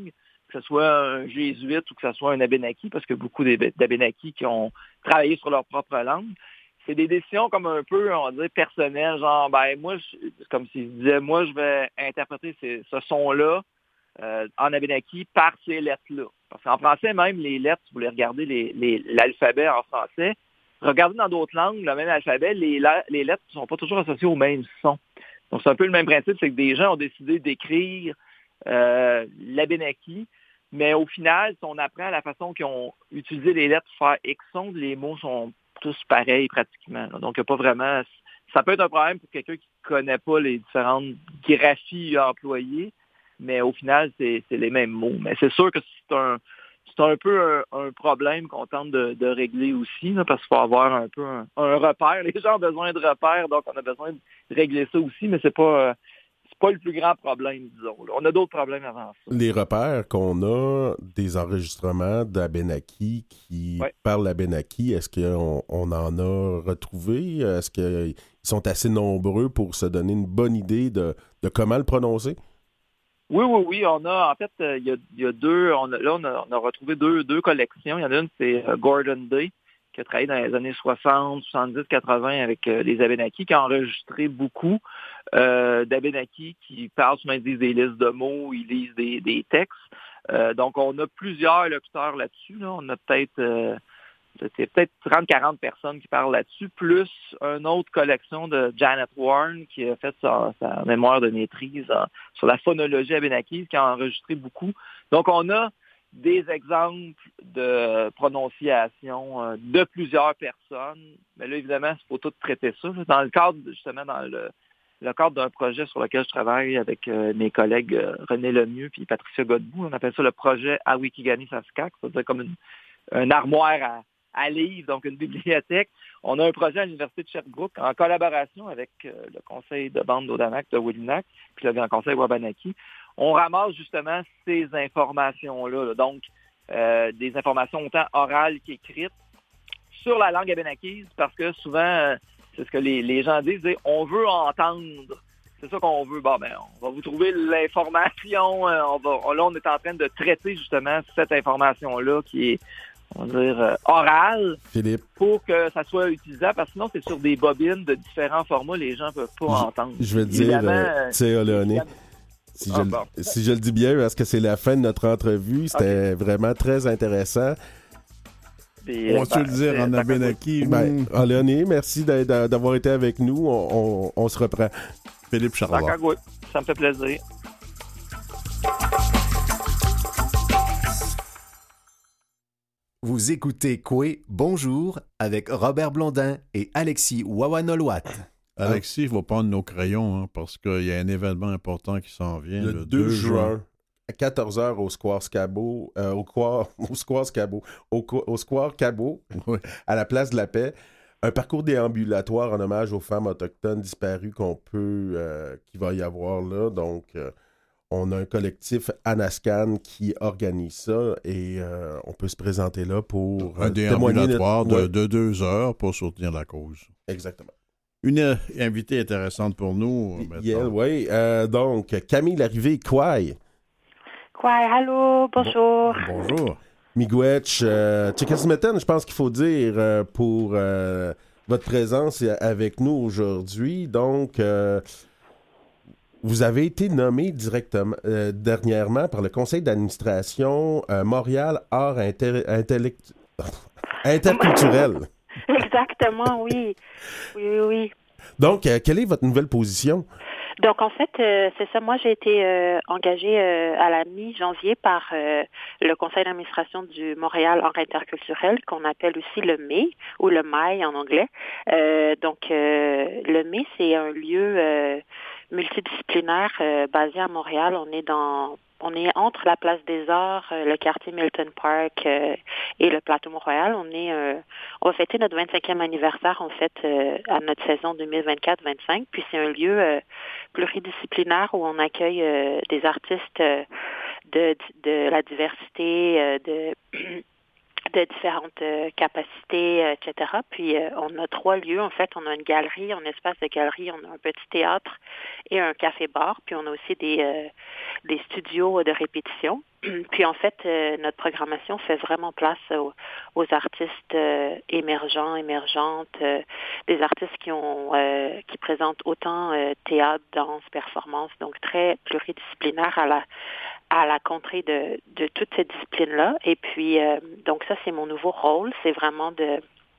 Speaker 3: que ce soit un jésuite ou que ce soit un Abénaki, parce que beaucoup d'Abénakis qui ont travaillé sur leur propre langue. C'est des décisions comme un peu, on va dire, personnelles, genre, ben moi, je, comme s'ils disaient, moi, je vais interpréter ces, ce son-là euh, en Abénaki par ces lettres-là. Parce qu'en français, même, les lettres, si vous voulez regarder les, les, l'alphabet en français, regardez dans d'autres langues, le même alphabet, les, les lettres ne sont pas toujours associées au même son. Donc, c'est un peu le même principe, c'est que des gens ont décidé d'écrire euh, l'Abénaki, mais au final, si on apprend la façon qu'ils ont utilisé les lettres pour faire X-son, les mots sont tous pareils pratiquement. Là. Donc, il n'y a pas vraiment... Ça peut être un problème pour quelqu'un qui ne connaît pas les différentes graphies employées, mais au final, c'est, c'est les mêmes mots. Mais c'est sûr que c'est un, c'est un peu un, un problème qu'on tente de, de régler aussi, là, parce qu'il faut avoir un peu un, un repère. Les gens ont besoin de repères, donc on a besoin de régler ça aussi, mais c'est pas... Euh, pas le plus grand problème, disons. Là. On a d'autres problèmes avant ça.
Speaker 1: Les repères qu'on a des enregistrements d'Abénaki qui ouais. parlent l'Abénaki, est-ce qu'on on en a retrouvé? Est-ce qu'ils sont assez nombreux pour se donner une bonne idée de, de comment le prononcer?
Speaker 3: Oui, oui, oui. On a, en fait, il euh, y, a, y a deux, on a, là, on a, on a retrouvé deux, deux collections. Il y en a une, c'est euh, Gordon Day, qui a travaillé dans les années soixante, soixante-dix, quatre-vingts avec euh, les Abénakis, qui a enregistré beaucoup euh, d'Abénakis qui parlent, souvent ils disent des listes de mots, ils lisent des, des textes. Euh, donc, on a plusieurs locuteurs là-dessus. Là. On a peut-être, euh, c'était peut-être trente à quarante personnes qui parlent là-dessus, plus une autre collection de Janet Warren qui a fait sa, sa mémoire de maîtrise euh, sur la phonologie abénakise, qui a enregistré beaucoup. Donc, on a des exemples de prononciation euh, de plusieurs personnes. Mais là, évidemment, il faut tout traiter ça. Là. Dans le cadre, justement, dans le, le cadre d'un projet sur lequel je travaille avec euh, mes collègues euh, René Lemieux et Patricia Godbout, on appelle ça le projet Awikigani-Saskak, c'est-à-dire comme une, une armoire à, à livres, donc une bibliothèque. On a un projet à l'Université de Sherbrooke en collaboration avec euh, le conseil de bande d'Odanak, de Willinak, puis le grand conseil Wabanaki. On ramasse justement ces informations-là, là. donc euh, des informations autant orales qu'écrites sur la langue abénakise, parce que souvent, euh, c'est ce que les, les gens disent, disent, on veut entendre, c'est ça qu'on veut. Bon, ben, on va vous trouver l'information, euh, on va, on, là, on est en train de traiter justement cette information-là qui est, on va dire, euh, orale,
Speaker 1: Philippe,
Speaker 3: pour que ça soit utilisable, parce que sinon, c'est sur des bobines de différents formats, les gens ne peuvent pas
Speaker 1: je,
Speaker 3: entendre.
Speaker 1: Je vais te dire, euh, tu sais, Léoné, Si, ah, je, bon. si je le dis bien, parce que c'est la fin de notre entrevue, c'était okay. vraiment très intéressant.
Speaker 2: Et, on va ben, le dire en abénaki.
Speaker 1: Ben, en Léoné, merci d'avoir été avec nous. On, on, on se reprend.
Speaker 2: Philippe Charlotte.
Speaker 3: Oui, ça me fait plaisir.
Speaker 5: Vous écoutez Koué Bonjour avec Robert Blondin et Alexis Wawanolwat.
Speaker 2: Alexis, il va prendre nos crayons, hein, parce qu'il y a un événement important qui s'en vient.
Speaker 1: Le, le deux juin, à quatorze heures au Square Cabot, euh, au, Square, au Square Cabot, au, au Square Cabot, oui. à la Place de la Paix. Un parcours déambulatoire en hommage aux femmes autochtones disparues qu'on peut, euh, qu'il va y avoir là. Donc, euh, on a un collectif Anascan qui organise ça et euh, on peut se présenter là pour
Speaker 2: un
Speaker 1: euh,
Speaker 2: déambulatoire
Speaker 1: notre...
Speaker 2: de, de deux heures pour soutenir la cause.
Speaker 1: Exactement.
Speaker 2: Une euh, invitée intéressante pour nous.
Speaker 1: Yeah, oui. Euh, donc, Camille Larrivée, Kwai.
Speaker 6: Kwai, allô, bonjour.
Speaker 2: Bon, bonjour.
Speaker 1: Miigwech, euh, Tchekasmeten, je pense qu'il faut dire euh, pour euh, votre présence avec nous aujourd'hui. Donc, euh, vous avez été nommé directement, euh, dernièrement par le conseil d'administration euh, Montréal Art Inter- Intellect... Interculturel.
Speaker 6: Exactement, oui. Oui, oui, oui.
Speaker 1: Donc, euh, quelle est votre nouvelle position?
Speaker 6: Donc, en fait, euh, c'est ça. Moi, j'ai été euh, engagée euh, à la mi-janvier par euh, le conseil d'administration du Montréal Art Interculturel, qu'on appelle aussi le M E, ou le M A I en anglais. Euh, donc, euh, le M E, c'est un lieu euh, multidisciplinaire euh, basé à Montréal. On est dans... On est entre la Place des Arts, euh, le quartier Milton Park euh, et le Plateau Mont-Royal. On est, euh, on va fêter notre vingt-cinquième anniversaire en fait euh, à notre saison deux mille vingt-quatre vingt-cinq. Puis c'est un lieu euh, pluridisciplinaire où on accueille euh, des artistes euh, de, de la diversité, euh, de de différentes euh, capacités, euh, et cetera. Puis, euh, on a trois lieux. En fait, on a une galerie, un espace de galerie, on a un petit théâtre et un café-bar. Puis, on a aussi des, euh, des studios de répétition. Puis, en fait, euh, notre programmation fait vraiment place aux, aux artistes euh, émergents, émergentes, euh, des artistes qui ont euh, qui présentent autant euh, théâtre, danse, performance, donc très pluridisciplinaire à la à la contrée de, de toutes ces disciplines-là. Et puis, euh, donc ça, c'est mon nouveau rôle. C'est vraiment de,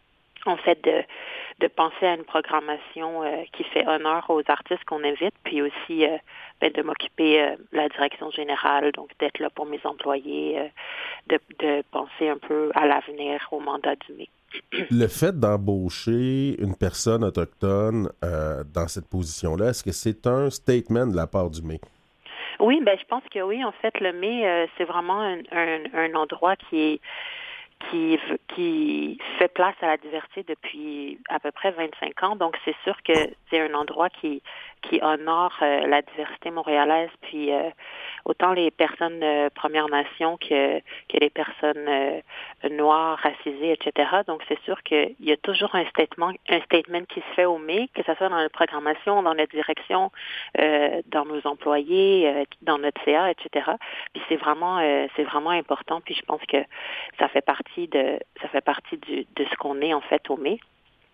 Speaker 6: en fait, de, de penser à une programmation euh, qui fait honneur aux artistes qu'on invite, puis aussi euh, ben, de m'occuper euh, de la direction générale, donc d'être là pour mes employés, euh, de, de penser un peu à l'avenir, au mandat du mai.
Speaker 1: Le fait d'embaucher une personne autochtone euh, dans cette position-là, est-ce que c'est un statement de la part du M E?
Speaker 6: Oui, ben je pense que oui. En fait, le M E, euh, c'est vraiment un, un, un endroit qui est qui qui fait place à la diversité depuis à peu près vingt-cinq ans. Donc, c'est sûr que c'est un endroit qui qui honore euh, la diversité montréalaise, puis euh, autant les personnes euh, Premières Nations que que les personnes euh, noires, racisées, et cetera. Donc, c'est sûr qu'il y a toujours un statement un statement qui se fait au M E, que ce soit dans la programmation, dans la direction, euh, dans nos employés, euh, dans notre C A, et cetera. Puis c'est vraiment euh, c'est vraiment important. Puis je pense que ça fait partie de ça fait partie du, de ce qu'on est en fait au M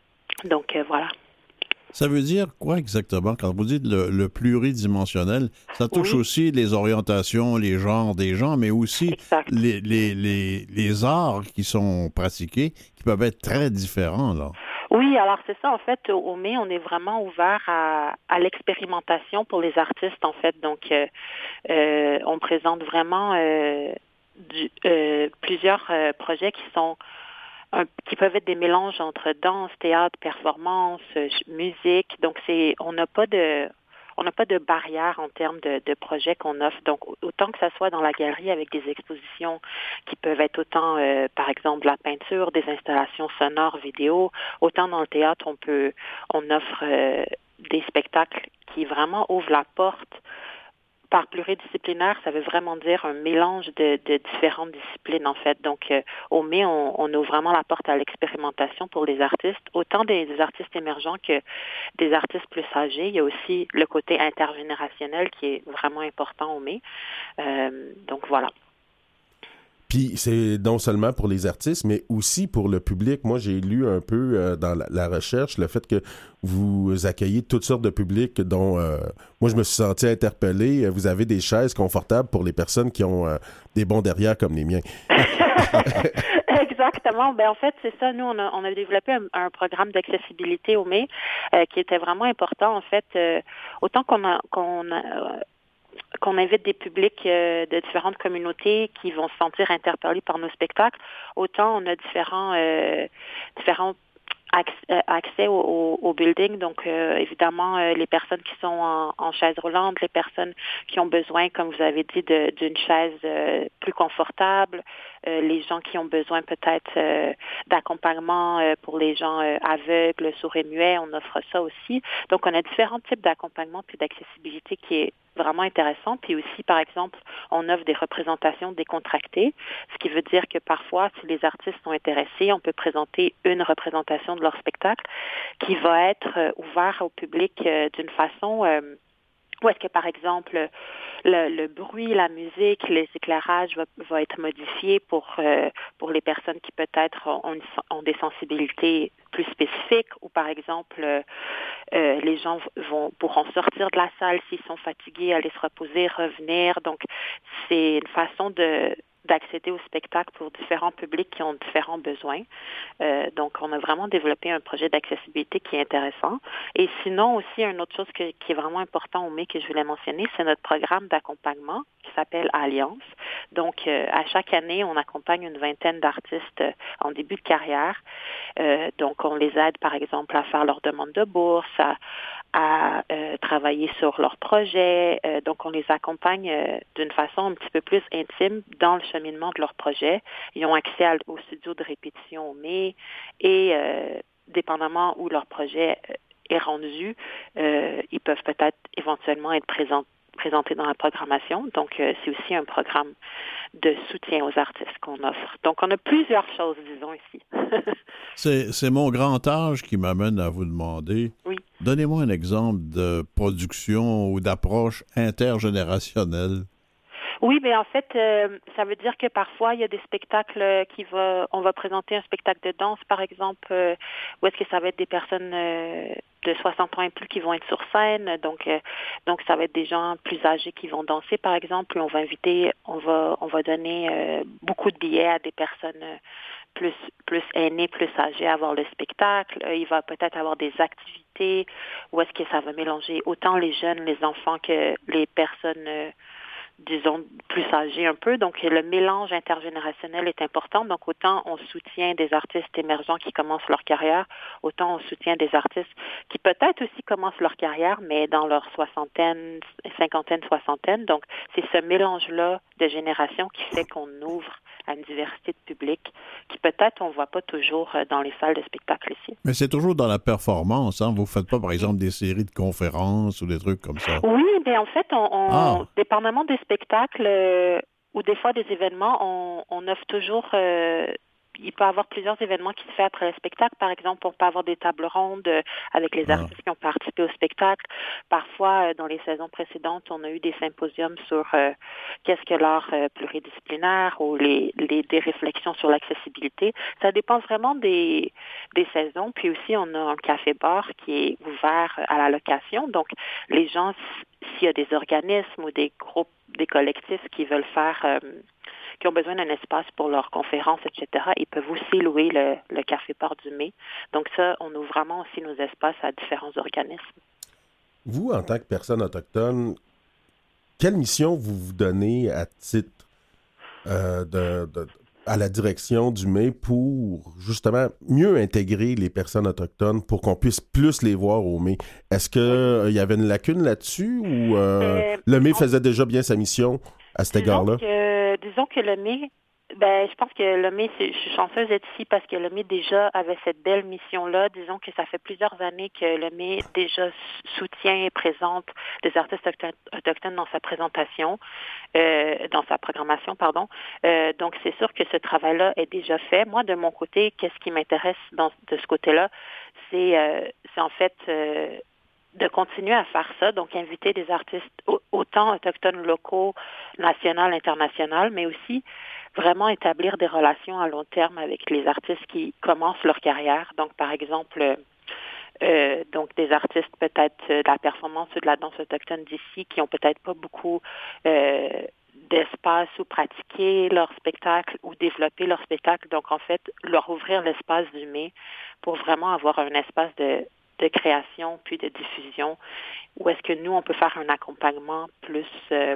Speaker 6: E. Donc euh, voilà.
Speaker 2: Ça veut dire quoi exactement quand vous dites le, le pluridimensionnel? Ça touche
Speaker 6: Oui.
Speaker 2: aussi les orientations, les genres des gens, mais aussi les, les, les, les arts qui sont pratiqués, qui peuvent être très différents, là.
Speaker 6: Oui, alors c'est ça, en fait, au M E, on est vraiment ouvert à, à l'expérimentation pour les artistes, en fait. Donc, euh, euh, on présente vraiment euh, du, euh, plusieurs euh, projets qui sont Un, qui peuvent être des mélanges entre danse, théâtre, performance, euh, musique. Donc, c'est, on n'a pas de, on n'a pas de barrière en termes de, de projets qu'on offre. Donc, autant que ça soit dans la galerie avec des expositions qui peuvent être autant, euh, par exemple, la peinture, des installations sonores, vidéo, autant dans le théâtre, on peut, on offre euh, des spectacles qui vraiment ouvrent la porte. Par pluridisciplinaire, ça veut vraiment dire un mélange de, de différentes disciplines, en fait. Donc, euh, au M E, on, on ouvre vraiment la porte à l'expérimentation pour les artistes, autant des, des artistes émergents que des artistes plus âgés. Il y a aussi le côté intergénérationnel qui est vraiment important au M E. Euh, donc, voilà.
Speaker 1: Puis c'est non seulement pour les artistes, mais aussi pour le public. Moi, j'ai lu un peu euh, dans la, la recherche le fait que vous accueillez toutes sortes de publics dont euh, moi, je me suis senti interpellé. Vous avez des chaises confortables pour les personnes qui ont euh, des bons derrière comme les miens.
Speaker 6: Exactement. Ben en fait, c'est ça. Nous, on a, on a développé un, un programme d'accessibilité au M E euh, qui était vraiment important. En fait, euh, autant qu'on a qu'on a, euh, qu'on invite des publics euh, de différentes communautés qui vont se sentir interpellés par nos spectacles, autant on a différents euh, différents accès au, au, au building. Donc, euh, évidemment, euh, les personnes qui sont en, en chaise roulante, les personnes qui ont besoin, comme vous avez dit, de, d'une chaise euh, plus confortable, euh, les gens qui ont besoin peut-être euh, d'accompagnement euh, pour les gens euh, aveugles, sourds et muets, on offre ça aussi. Donc, on a différents types d'accompagnement puis d'accessibilité qui est vraiment intéressant. Puis aussi, par exemple, on offre des représentations décontractées, ce qui veut dire que parfois, si les artistes sont intéressés, on peut présenter une représentation de leur spectacle qui va être euh, ouvert au public euh, d'une façon euh, où est-ce que, par exemple, le, le bruit, la musique, les éclairages va, va être modifié pour euh, pour les personnes qui peut-être ont, ont des sensibilités plus spécifiques, ou par exemple, euh, euh, les gens vont pourront sortir de la salle s'ils sont fatigués, aller se reposer, revenir. Donc, c'est une façon de d'accéder au spectacle pour différents publics qui ont différents besoins. Euh, donc, on a vraiment développé un projet d'accessibilité qui est intéressant. Et sinon, aussi, une autre chose que, qui est vraiment important au M E que je voulais mentionner, c'est notre programme d'accompagnement qui s'appelle Alliance. Donc, euh, à chaque année, on accompagne une vingtaine d'artistes en début de carrière. Euh, donc, on les aide, par exemple, à faire leur demande de bourse, à, à euh, travailler sur leurs projets. Euh, donc, on les accompagne euh, d'une façon un petit peu plus intime dans le cheminement de leur projet. Ils ont accès à, au studio de répétition au M E et, euh, dépendamment où leur projet est rendu, euh, ils peuvent peut-être éventuellement être présents présentés dans la programmation. Donc, euh, c'est aussi un programme de soutien aux artistes qu'on offre. Donc, on a plusieurs choses, disons, ici.
Speaker 2: c'est, c'est mon grand âge qui m'amène à vous demander,
Speaker 6: oui.
Speaker 2: Donnez-moi un exemple de production ou d'approche intergénérationnelle.
Speaker 6: Oui, mais en fait, euh, ça veut dire que parfois, il y a des spectacles qui va, on va présenter un spectacle de danse, par exemple, euh, où est-ce que ça va être des personnes euh, de soixante ans et plus qui vont être sur scène. Donc, euh, donc ça va être des gens plus âgés qui vont danser, par exemple. Puis on va inviter, on va, on va donner euh, beaucoup de billets à des personnes euh, plus, plus aînées, plus âgées à voir le spectacle. Euh, il va peut-être avoir des activités où est-ce que ça va mélanger autant les jeunes, les enfants que les personnes euh, disons, plus âgés un peu. Donc, le mélange intergénérationnel est important. Donc, autant on soutient des artistes émergents qui commencent leur carrière, autant on soutient des artistes qui peut-être aussi commencent leur carrière, mais dans leur soixantaine, cinquantaine, soixantaine. Donc, c'est ce mélange-là de générations qui fait qu'on ouvre à une diversité de public qui peut-être on ne voit pas toujours dans les salles de spectacle ici.
Speaker 2: Mais c'est toujours dans la performance, hein? Vous ne faites pas, par exemple, des séries de conférences ou des trucs comme ça?
Speaker 6: Oui, mais en fait, on, on
Speaker 2: ah.
Speaker 6: dépendamment des spectacles euh, ou des fois des événements, on, on offre toujours... Euh, il peut y avoir plusieurs événements qui se font après le spectacle. Par exemple, on peut avoir des tables rondes avec les artistes ah. qui ont participé au spectacle. Parfois, dans les saisons précédentes, on a eu des symposiums sur euh, qu'est-ce que l'art euh, pluridisciplinaire ou les, les, des réflexions sur l'accessibilité. Ça dépend vraiment des, des saisons. Puis aussi, on a un café-bar qui est ouvert à la location. Donc, les gens, s'il y a des organismes ou des groupes, des collectifs qui veulent faire... Euh, qui ont besoin d'un espace pour leurs conférences, et cetera, ils peuvent aussi louer le, le café-bar du mai. Donc ça, on ouvre vraiment aussi nos espaces à différents organismes.
Speaker 1: Vous, en tant que personne autochtone, quelle mission vous vous donnez à titre euh, de, de, à la direction du mai pour justement mieux intégrer les personnes autochtones pour qu'on puisse plus les voir au mai? Est-ce qu'il oui. euh, y avait une lacune là-dessus ou euh, euh, le mai on... faisait déjà bien sa mission à cet
Speaker 6: disons
Speaker 1: égard-là?
Speaker 6: Que, disons que le mai, ben, je pense que le mai, je suis chanceuse d'être ici parce que le mai déjà avait cette belle mission-là. Disons que ça fait plusieurs années que le mai déjà soutient et présente des artistes autochtones dans sa présentation, euh, dans sa programmation, pardon. Euh, donc, c'est sûr que ce travail-là est déjà fait. Moi, de mon côté, qu'est-ce qui m'intéresse dans, de ce côté-là, c'est, euh, c'est en fait... Euh, de continuer à faire ça, donc inviter des artistes autant autochtones locaux, nationaux, internationaux, mais aussi vraiment établir des relations à long terme avec les artistes qui commencent leur carrière. Donc, par exemple, euh, donc des artistes peut-être de la performance ou de la danse autochtone d'ici qui ont peut-être pas beaucoup euh, d'espace où pratiquer leur spectacle ou développer leur spectacle. Donc, en fait, leur ouvrir l'espace du mai pour vraiment avoir un espace de de création puis de diffusion, où est-ce que nous, on peut faire un accompagnement plus euh,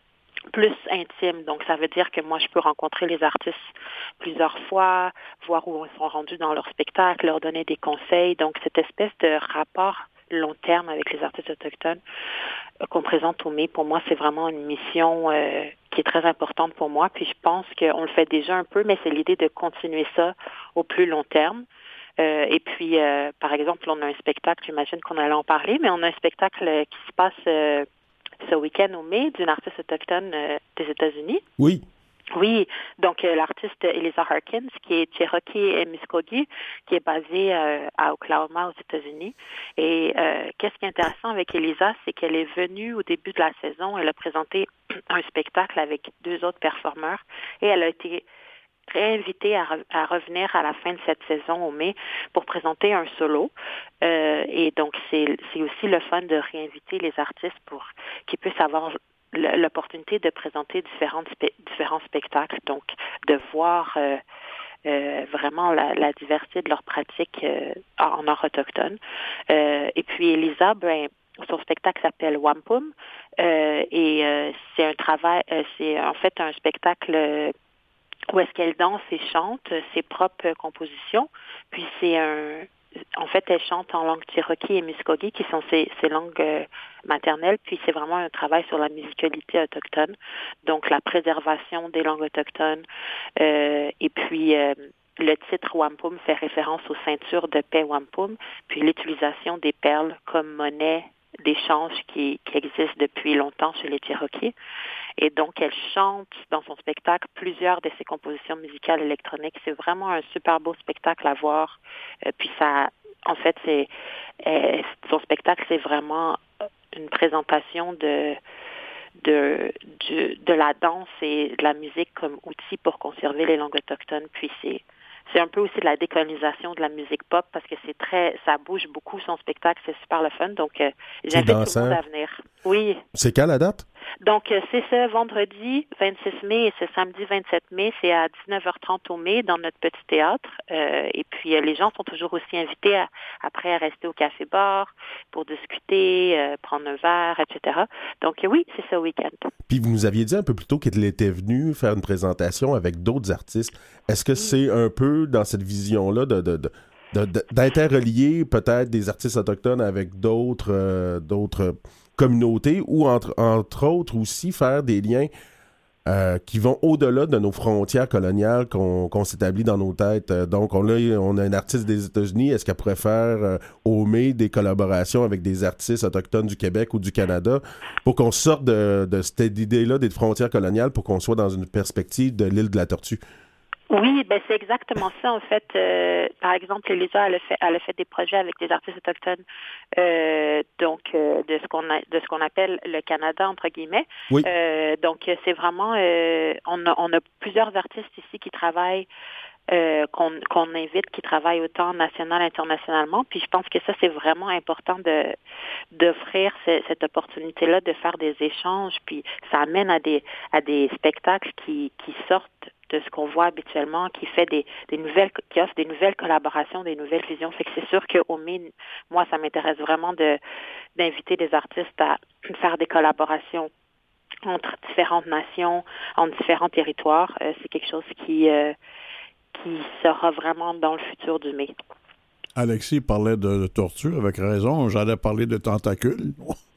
Speaker 6: plus intime. Donc, ça veut dire que moi, je peux rencontrer les artistes plusieurs fois, voir où ils sont rendus dans leur spectacle, leur donner des conseils. Donc, cette espèce de rapport long terme avec les artistes autochtones euh, qu'on présente au mai, pour moi, c'est vraiment une mission euh, qui est très importante pour moi. Puis, je pense qu'on le fait déjà un peu, mais c'est l'idée de continuer ça au plus long terme. Euh, et puis, euh, par exemple, on a un spectacle, j'imagine qu'on allait en parler, mais on a un spectacle euh, qui se passe euh, ce week-end au mai d'une artiste autochtone euh, des États-Unis.
Speaker 1: Oui.
Speaker 6: Oui, donc euh, l'artiste Eliza Harkins, qui est Cherokee et Muskogee, qui est basée euh, à Oklahoma aux États-Unis. Et euh, qu'est-ce qui est intéressant avec Eliza, c'est qu'elle est venue au début de la saison, elle a présenté un spectacle avec deux autres performeurs et elle a été réinvité à, re- à revenir à la fin de cette saison au mai pour présenter un solo. Euh, et donc, c'est, c'est aussi le fun de réinviter les artistes pour qu'ils puissent avoir l'opportunité de présenter différentes spe- différents spectacles. Donc, de voir euh, euh, vraiment la, la diversité de leurs pratiques euh, en art autochtone. Euh, et puis, Elisa, ben, son spectacle s'appelle Wampum euh, et euh, c'est un travail, euh, c'est en fait un spectacle euh, où est-ce qu'elle danse et chante ses propres compositions. Puis c'est un... En fait, elle chante en langue cherokee et muskogee, qui sont ses, ses langues euh, maternelles. Puis c'est vraiment un travail sur la musicalité autochtone, donc la préservation des langues autochtones. Euh, et puis... Euh, le titre Wampum fait référence aux ceintures de paix Wampum, puis l'utilisation des perles comme monnaie des chants qui, qui existent depuis longtemps chez les Cherokees. Et donc, elle chante dans son spectacle plusieurs de ses compositions musicales électroniques. C'est vraiment un super beau spectacle à voir. Euh, puis ça, en fait, c'est euh, son spectacle, c'est vraiment une présentation de de, de de la danse et de la musique comme outil pour conserver les langues autochtones. Puis c'est C'est un peu aussi de la décolonisation de la musique pop parce que c'est très, ça bouge beaucoup son spectacle, c'est super le fun. Donc, euh, j'invite tout le monde à venir. Oui.
Speaker 1: C'est quand la date?
Speaker 6: Donc, euh, c'est ce vendredi vingt-six mai et ce samedi vingt-sept mai. C'est à dix-neuf heures trente au mai dans notre petit théâtre. Euh, et puis, euh, les gens sont toujours aussi invités à, après à rester au café-bar pour discuter, euh, prendre un verre, et cetera. Donc, euh, oui, c'est ce week-end.
Speaker 1: Puis, vous nous aviez dit un peu plus tôt qu'il était venu faire une présentation avec d'autres artistes. Est-ce que c'est un peu dans cette vision-là de, de, de, de, de, d'interrelier peut-être des artistes autochtones avec d'autres, euh, d'autres communautés ou entre, entre autres aussi faire des liens euh, qui vont au-delà de nos frontières coloniales qu'on, qu'on s'établit dans nos têtes. Donc, on a, on a un artiste des États-Unis. Est-ce qu'elle pourrait faire euh, au mai des collaborations avec des artistes autochtones du Québec ou du Canada pour qu'on sorte de, de cette idée-là des frontières coloniales pour qu'on soit dans une perspective de l'île de la Tortue?
Speaker 6: Oui, ben c'est exactement ça en fait. Euh, par exemple, Elisa, elle a fait, elle a fait des projets avec des artistes autochtones, euh, donc euh, de ce qu'on a, de ce qu'on appelle le Canada entre guillemets.
Speaker 1: Oui.
Speaker 6: Euh, donc c'est vraiment, euh, on a, on a plusieurs artistes ici qui travaillent. Euh, qu'on, qu'on invite, qui travaillent autant national, internationalement. Puis je pense que ça, c'est vraiment important de d'offrir ce, cette opportunité-là de faire des échanges. Puis ça amène à des à des spectacles qui, qui sortent de ce qu'on voit habituellement, qui fait des, des nouvelles, qui offre des nouvelles collaborations, des nouvelles visions. Fait que c'est sûr qu'au mai, moi, ça m'intéresse vraiment de d'inviter des artistes à faire des collaborations entre différentes nations, entre différents territoires. Euh, c'est quelque chose qui euh, qui sera vraiment dans le futur du mai.
Speaker 2: Alexis parlait de, de tortue, avec raison. J'allais parler de tentacules.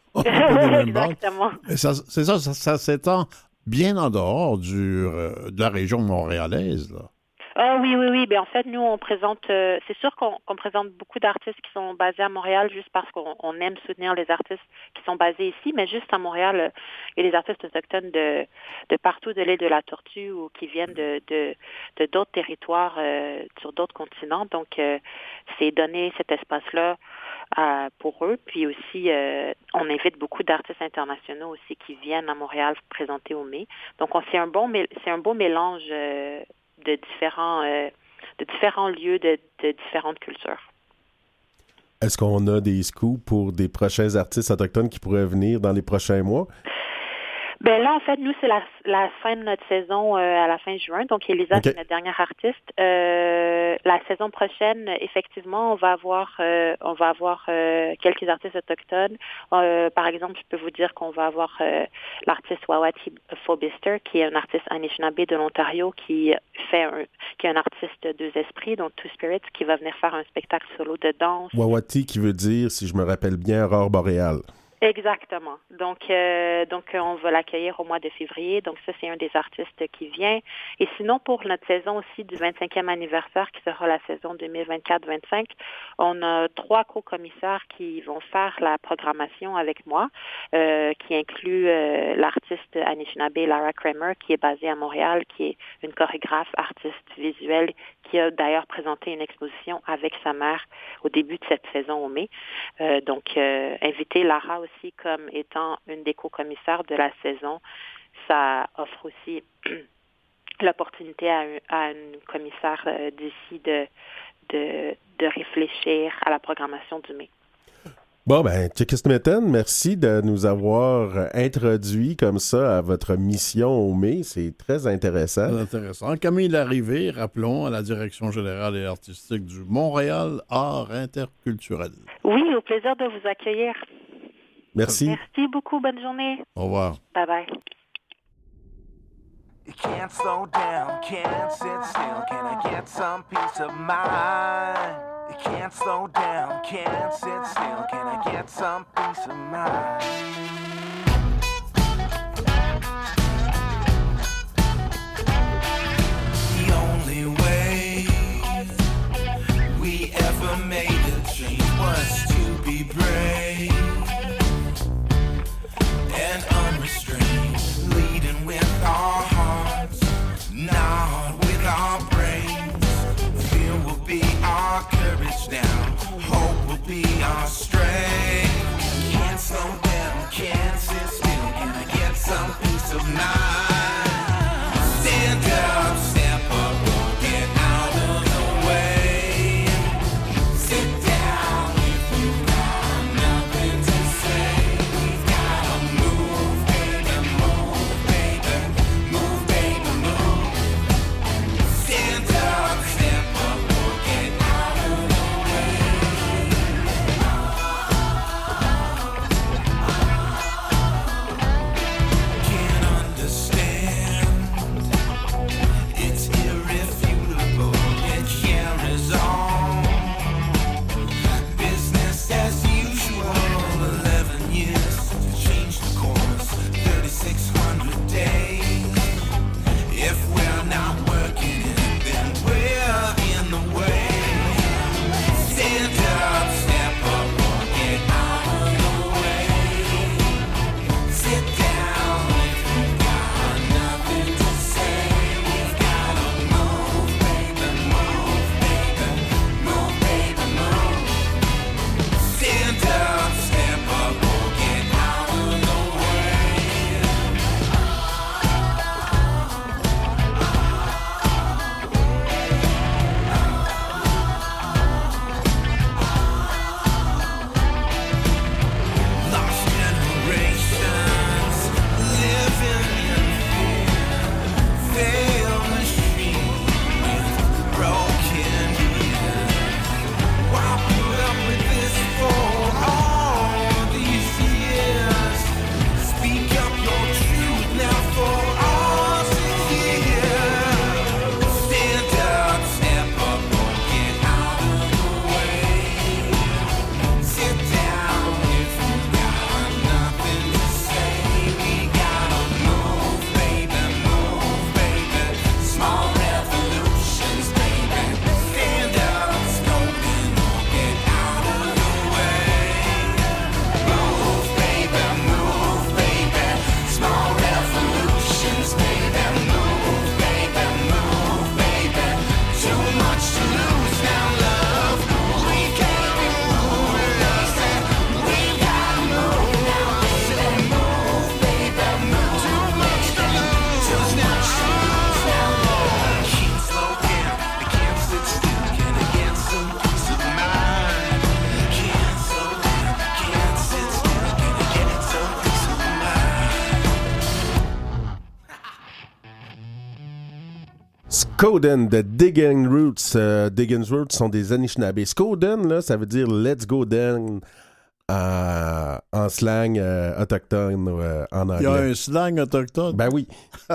Speaker 6: Exactement.
Speaker 2: Mais ça, c'est ça, ça, ça s'étend bien en dehors du, euh, de la région montréalaise, là.
Speaker 6: Ah oui, oui, oui. Ben, en fait, nous, on présente... Euh, c'est sûr qu'on, qu'on présente beaucoup d'artistes qui sont basés à Montréal juste parce qu'on on aime soutenir les artistes qui sont basés ici, mais juste à Montréal, euh, il y a des artistes autochtones de, de partout de l'île de la Tortue ou qui viennent de, de, de d'autres territoires euh, sur d'autres continents. Donc, euh, c'est donner cet espace-là euh, pour eux. Puis aussi, euh, on invite beaucoup d'artistes internationaux aussi qui viennent à Montréal présenter au mai. Donc, on, c'est, un bon, c'est un beau mélange... Euh, de différents euh, de différents lieux, de, de différentes cultures.
Speaker 1: Est-ce qu'on a des scoops pour des prochains artistes autochtones qui pourraient venir dans les prochains mois?
Speaker 6: Ben là, en fait, nous, c'est la, la fin de notre saison euh, à la fin juin. Donc, Elisa, okay. C'est notre dernière artiste. Euh, la saison prochaine, effectivement, on va avoir euh, on va avoir euh, quelques artistes autochtones. Euh, par exemple, je peux vous dire qu'on va avoir euh, l'artiste Wawati Fobister, qui est un artiste Anishinaabe de l'Ontario, qui fait un, qui est un artiste deux esprits, donc Two Spirits, qui va venir faire un spectacle solo de danse.
Speaker 1: Wawati, qui veut dire, si je me rappelle bien, aurore boréale.
Speaker 6: Exactement. Donc, euh, donc on va l'accueillir au mois de février. Donc, ça, c'est un des artistes qui vient. Et sinon, pour notre saison aussi du vingt-cinquième anniversaire, qui sera la saison deux mille vingt-quatre vingt-cinq, on a trois co-commissaires qui vont faire la programmation avec moi, euh, qui inclut euh, l'artiste Anishinaabe Lara Kramer, qui est basée à Montréal, qui est une chorégraphe, artiste visuelle, qui a d'ailleurs présenté une exposition avec sa mère au début de cette saison au mai. Euh, donc, euh, inviter Lara aussi comme étant une des co-commissaires de la saison, ça offre aussi l'opportunité à, un, à une commissaire euh, d'ici de, de, de réfléchir à la programmation du mai.
Speaker 1: Bon, ben, Tchekismetan, merci de nous avoir introduit comme ça à votre mission au mai. C'est très intéressant.
Speaker 2: Très intéressant. Camille Larrivée, rappelons, à la direction générale et artistique du Montréal Art Interculturel.
Speaker 6: Oui, au plaisir de vous accueillir.
Speaker 1: Merci.
Speaker 6: Merci beaucoup. Bonne journée.
Speaker 2: Au revoir.
Speaker 6: Bye bye.
Speaker 7: You can't slow down, can't sit still. Can I get some peace of mind? You can't slow down, can't sit still. Can I get some peace of mind? The only way we ever made a change was to be brave. our courage down. Hope will be our strength. Can't slow down, can't sit still. Can I get some peace of mind? Stand up, step up, or get out of the way. Sit down if you've got nothing to say. We've gotta move, baby, move, baby, move, baby, move. Stand up, step up, or get out of the way. Can't understand. It's irrefutable. It carries on. Business as usual. Eleven years to change the course. Thirty-six hundred days. If we're not working it, then we're in the way. Stand up, step up, or get out of the way. Sit down if you've got nothing to say. We've gotta move, baby, move, baby, move, baby, move. Stand up, step up, or get out of the way. Lost generations living in fear. Failed machine with broken ears. Why put up with this for all these years? Speak up your truth now for all to hear. Stand up, step up, or get out of the way. Sit down if you've got nothing to say. We gotta move, baby, move, baby. Small revolutions, baby. Stand up, scolding, or get out of the way. Move, baby, move, baby. Small revolutions, baby. Move, baby, move, baby. Too much to lose now, love. We gotta be moving, love. We gotta move now. Say move, baby, move. Too much to lose, too much to lose now, love. Can't slow down, I can't sit still. Can I get some peace of mind? Can't slow down, can't sit still. Can I get some peace of mind?
Speaker 1: Skoden de Digging Roots. Euh, Digging Roots sont des Anishinaabe. Skoden, là, ça veut dire Let's go down euh, en slang euh, autochtone euh, en
Speaker 2: Il y a
Speaker 1: anglais.
Speaker 2: un slang autochtone.
Speaker 1: Ben oui.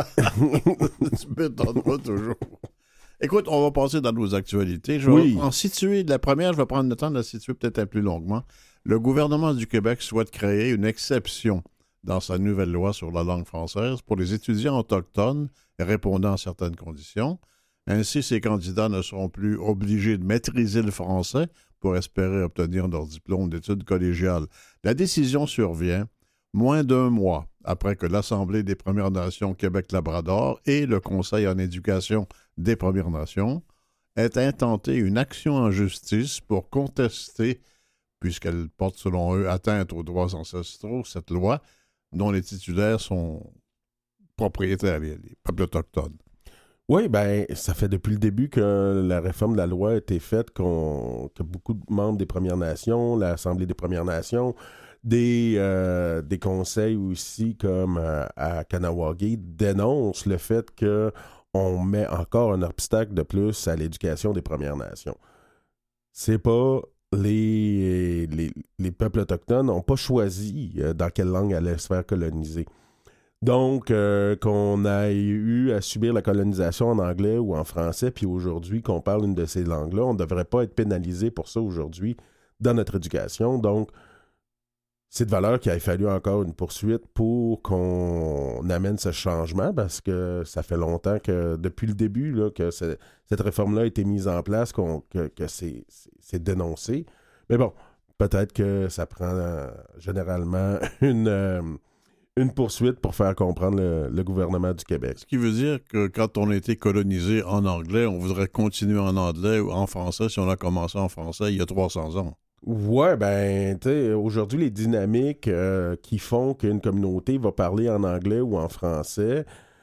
Speaker 2: Tu m'étonneras toujours. Écoute, on va passer dans nos actualités. Je vais
Speaker 1: Oui.
Speaker 2: en situer, la première, je vais prendre le temps de la situer peut-être un peu plus longuement. Le gouvernement du Québec souhaite créer une exception dans sa nouvelle loi sur la langue française pour les étudiants autochtones répondant à certaines conditions. Ainsi, ces candidats ne seront plus obligés de maîtriser le français pour espérer obtenir leur diplôme d'études collégiales. La décision survient moins d'un mois après que l'Assemblée des Premières Nations Québec-Labrador et le Conseil en éducation des Premières Nations aient intenté une action en justice pour contester, puisqu'elle porte selon eux atteinte aux droits ancestraux, cette loi dont les titulaires sont propriétaires, les, les peuples autochtones.
Speaker 1: Oui, ben, ça fait depuis le début que la réforme de la loi a été faite, qu'on, que beaucoup de membres des Premières Nations, l'Assemblée des Premières Nations, des, euh, des conseils aussi, comme euh, à Kanawagé, dénoncent le fait qu'on met encore un obstacle de plus à l'éducation des Premières Nations. C'est pas... Les, les, les peuples autochtones n'ont pas choisi euh, dans quelle langue allaient se faire coloniser. Donc, euh, qu'on ait eu à subir la colonisation en anglais ou en français, puis aujourd'hui qu'on parle une de ces langues-là, on ne devrait pas être pénalisé pour ça aujourd'hui dans notre éducation. Donc, c'est de valeur qu'il a fallu encore une poursuite pour qu'on amène ce changement, parce que ça fait longtemps que, depuis le début, là, que c'est, cette réforme-là a été mise en place, qu'on, que, que c'est, c'est, c'est dénoncé. Mais bon, peut-être que ça prend euh, généralement une... Euh, une poursuite pour faire comprendre le, le gouvernement du Québec.
Speaker 2: Ce qui veut dire que quand on a été colonisé en anglais, on voudrait continuer en anglais ou en français si on a commencé en français il y a trois cents ans.
Speaker 1: Ouais, ben, tu sais, aujourd'hui, les dynamiques euh, qui font qu'une communauté va parler en anglais ou en français,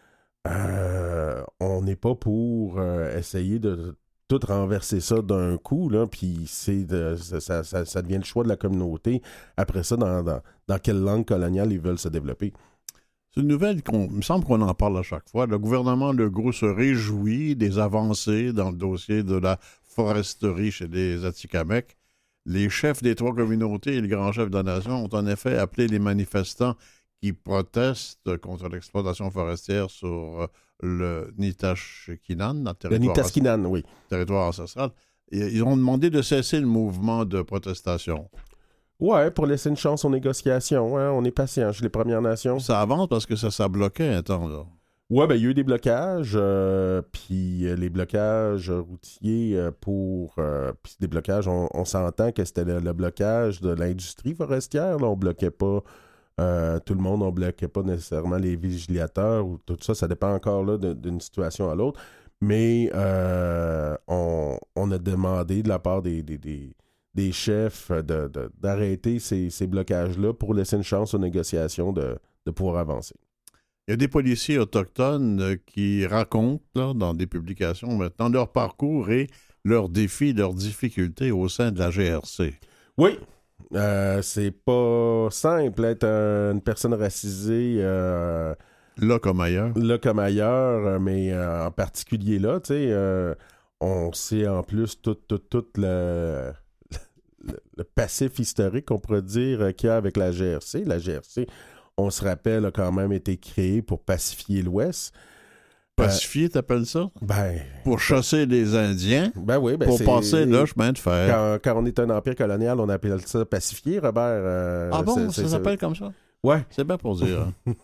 Speaker 1: euh, on n'est pas pour euh, essayer de tout renverser ça d'un coup, là, puis c'est de, ça, ça, ça devient le choix de la communauté. Après ça, dans, dans, dans quelle langue coloniale ils veulent se développer.
Speaker 2: C'est une nouvelle qu'on il me semble qu'on en parle à chaque fois. Le gouvernement Legault se réjouit des avancées dans le dossier de la foresterie chez les Atikamekw. Les chefs des trois communautés et le grand chef de la nation ont en effet appelé les manifestants qui protestent contre l'exploitation forestière sur le Nitaskinan, notre
Speaker 1: Le
Speaker 2: territoire,
Speaker 1: Nitaskinan, oui.
Speaker 2: territoire ancestral. Et ils ont demandé de cesser le mouvement de protestation.
Speaker 1: Ouais, pour laisser une chance aux négociations. Hein, on est patient chez les Premières Nations.
Speaker 2: Ça avance parce que ça, ça bloquait un temps, là.
Speaker 1: Ouais, ben il y a eu des blocages, euh, puis euh, les blocages routiers euh, pour... Euh, puis des blocages, on, on s'entend que c'était le, le blocage de l'industrie forestière. Là, on bloquait pas euh, tout le monde, on bloquait pas nécessairement les vigilateurs ou tout ça. Ça dépend encore là de, d'une situation à l'autre. Mais euh, on, on a demandé de la part des, des, des, des chefs de, de, d'arrêter ces, ces blocages-là pour laisser une chance aux négociations de, de pouvoir avancer.
Speaker 2: Il y a des policiers autochtones euh, qui racontent là, dans des publications maintenant leur parcours et leurs défis, leurs difficultés au sein de la G R C.
Speaker 1: Oui, euh, c'est pas simple être un- une personne racisée euh,
Speaker 2: Là comme ailleurs.
Speaker 1: là comme ailleurs, mais euh, en particulier là, tu sais, euh, on sait en plus tout, tout, tout le, le, le passif historique, on pourrait dire, euh, qu'il y a avec la G R C. La G R C, on se rappelle, a quand même été créée pour pacifier l'Ouest.
Speaker 2: Pacifier, t'appelles ça?
Speaker 1: Ben,
Speaker 2: Pour chasser les Indiens,
Speaker 1: ben oui, ben
Speaker 2: pour
Speaker 1: c'est...
Speaker 2: passer le chemin de fer.
Speaker 1: Quand, quand on est un empire colonial, on appelle ça pacifier, Robert. euh,
Speaker 2: Ah bon,
Speaker 1: c'est-
Speaker 2: ça
Speaker 1: c'est-
Speaker 2: s'appelle comme ça?
Speaker 1: Ouais.
Speaker 2: C'est bien pour dire. hein.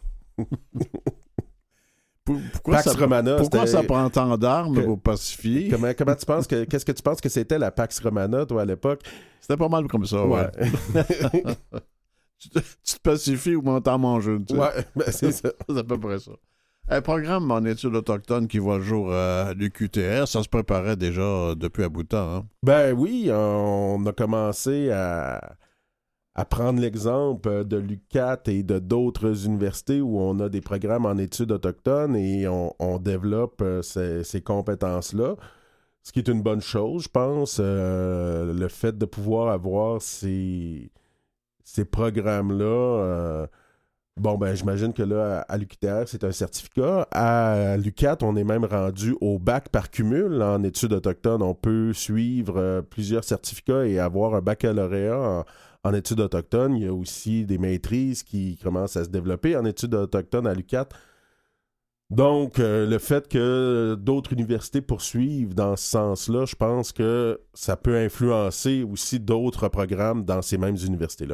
Speaker 2: Pour- pourquoi
Speaker 1: Pax
Speaker 2: ça,
Speaker 1: Romana,
Speaker 2: pourquoi
Speaker 1: c'était-
Speaker 2: ça prend tant d'armes
Speaker 1: que-
Speaker 2: pour pacifier?
Speaker 1: Comment, comment tu penses que qu'est-ce que tu penses que c'était la Pax Romana, toi, à l'époque?
Speaker 2: C'était pas mal comme ça, ouais. tu, te, tu te pacifies ou on t'en mange une, tu sais.
Speaker 1: Ouais, ben, c'est ça.
Speaker 2: C'est à peu près ça. Un programme en études autochtones qui voit le jour à l'U Q T R, ça se préparait déjà depuis un bout de temps. Hein?
Speaker 1: Ben oui, on a commencé à, à prendre l'exemple de l'U Q A T et de d'autres universités où on a des programmes en études autochtones et on, on développe euh, ces, ces compétences-là. Ce qui est une bonne chose, je pense. Euh, le fait de pouvoir avoir ces, ces programmes-là. euh, bon, ben, j'imagine que là, à l'U Q T R, c'est un certificat. À l'U Q A T, on est même rendu au bac par cumul là, en études autochtones. On peut suivre euh, plusieurs certificats et avoir un baccalauréat en, en études autochtones. Il y a aussi des maîtrises qui commencent à se développer en études autochtones à l'U Q A T. Donc, euh, le fait que d'autres universités poursuivent dans ce sens-là, je pense que ça peut influencer aussi d'autres programmes dans ces mêmes universités-là.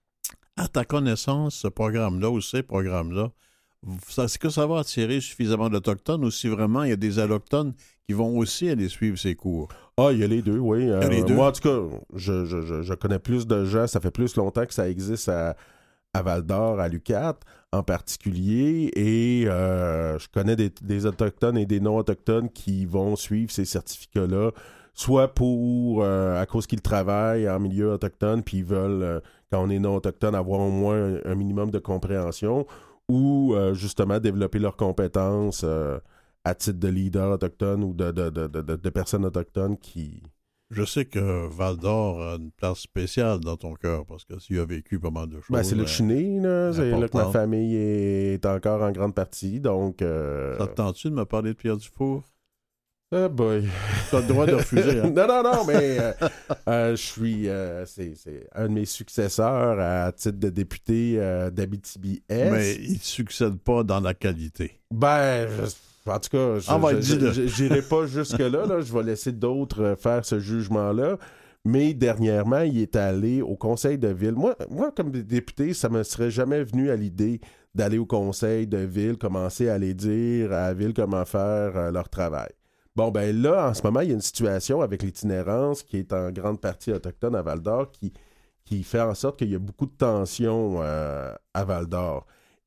Speaker 2: À ta connaissance, ce programme-là ou ces programmes-là, ça- est-ce que ça va attirer suffisamment d'Autochtones ou si vraiment il y a des Allochtones qui vont aussi aller suivre ces cours?
Speaker 1: Ah, il y a les deux, oui. Euh,
Speaker 2: Il y a les deux.
Speaker 1: Moi, en tout cas, je, je, je, je connais plus de gens. Ça fait plus longtemps que ça existe à, à Val-d'Or, à l'U Q A T en particulier. Et euh, je connais des, des Autochtones et des non-Autochtones qui vont suivre ces certificats-là, soit pour, euh, à cause qu'ils travaillent en milieu autochtone, puis ils veulent, euh, quand on est non-Autochtone, avoir au moins un, un minimum de compréhension, ou euh, justement développer leurs compétences euh, à titre de leader autochtone ou de, de, de, de, de personnes autochtones qui...
Speaker 2: Je sais que Val-d'Or a une place spéciale dans ton cœur parce que tu y as vécu pas mal de choses.
Speaker 1: Ben, c'est là que je suis né, là. C'est là que ma
Speaker 2: important.
Speaker 1: famille est encore en grande partie, donc... Euh...
Speaker 2: Ça te tente-tu de me parler de Pierre Dufour?
Speaker 1: Ah boy.
Speaker 2: Tu as le droit de refuser, hein?
Speaker 1: non, non, non, mais euh, euh, je suis... euh, c'est, c'est un de mes successeurs à titre de député euh, d'Abitibi-Est.
Speaker 2: Mais il ne succède pas dans la qualité.
Speaker 1: Ben, je- en tout cas, je,
Speaker 2: Ah, ouais,
Speaker 1: je-
Speaker 2: dis-le.
Speaker 1: je- j'irai pas jusque-là. Là. Je vais laisser d'autres euh, faire ce jugement-là. Mais dernièrement, il est allé au conseil de ville. Moi, moi comme député, ça me serait jamais venu à l'idée d'aller au conseil de ville, commencer à aller dire à la ville comment faire euh, leur travail. Bon, ben là, en ce moment, il y a une situation avec l'itinérance qui est en grande partie autochtone à Val-d'Or qui, qui fait en sorte qu'il y a beaucoup de tensions euh, à Val-d'Or.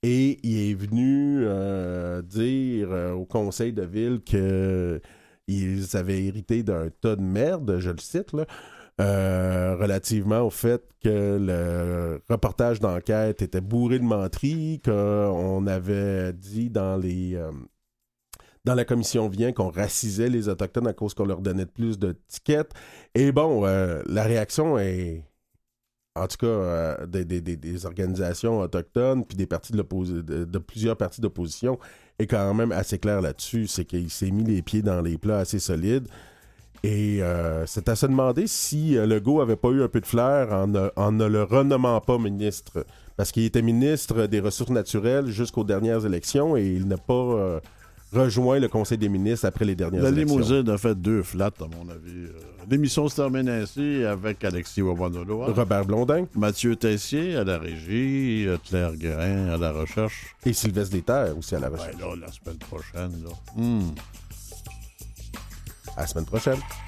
Speaker 1: Et il est venu euh, dire euh, au conseil de ville qu'ils avaient hérité d'un tas de merde, je le cite, là, euh, relativement au fait que le reportage d'enquête était bourré de menteries, qu'on avait dit dans les... Euh, dans la commission Vien qu'on racisait les Autochtones à cause qu'on leur donnait plus de tickets. Et bon, euh, la réaction est... En tout cas, euh, des, des, des organisations autochtones puis des partis de, l'opposi- de, de plusieurs partis d'opposition est quand même assez clair là-dessus. C'est qu'il s'est mis les pieds dans les plats assez solides. Et euh, c'est à se demander si euh, Legault avait pas eu un peu de flair en ne, en ne le renommant pas ministre. Parce qu'il était ministre des Ressources naturelles jusqu'aux dernières élections et il n'a pas euh, rejoint le Conseil des ministres après les dernières
Speaker 2: La
Speaker 1: élections.
Speaker 2: La limousine a fait deux flats, à mon avis. Euh, l'émission se termine ainsi avec Alexis Wabanolo,
Speaker 1: Robert Blondin,
Speaker 2: Mathieu Tessier à la régie, Claire Guérin à la recherche.
Speaker 1: Et Sylvestre Déterre aussi à la recherche.
Speaker 2: Ouais, là, la semaine prochaine. Là. Hmm.
Speaker 1: À la semaine prochaine.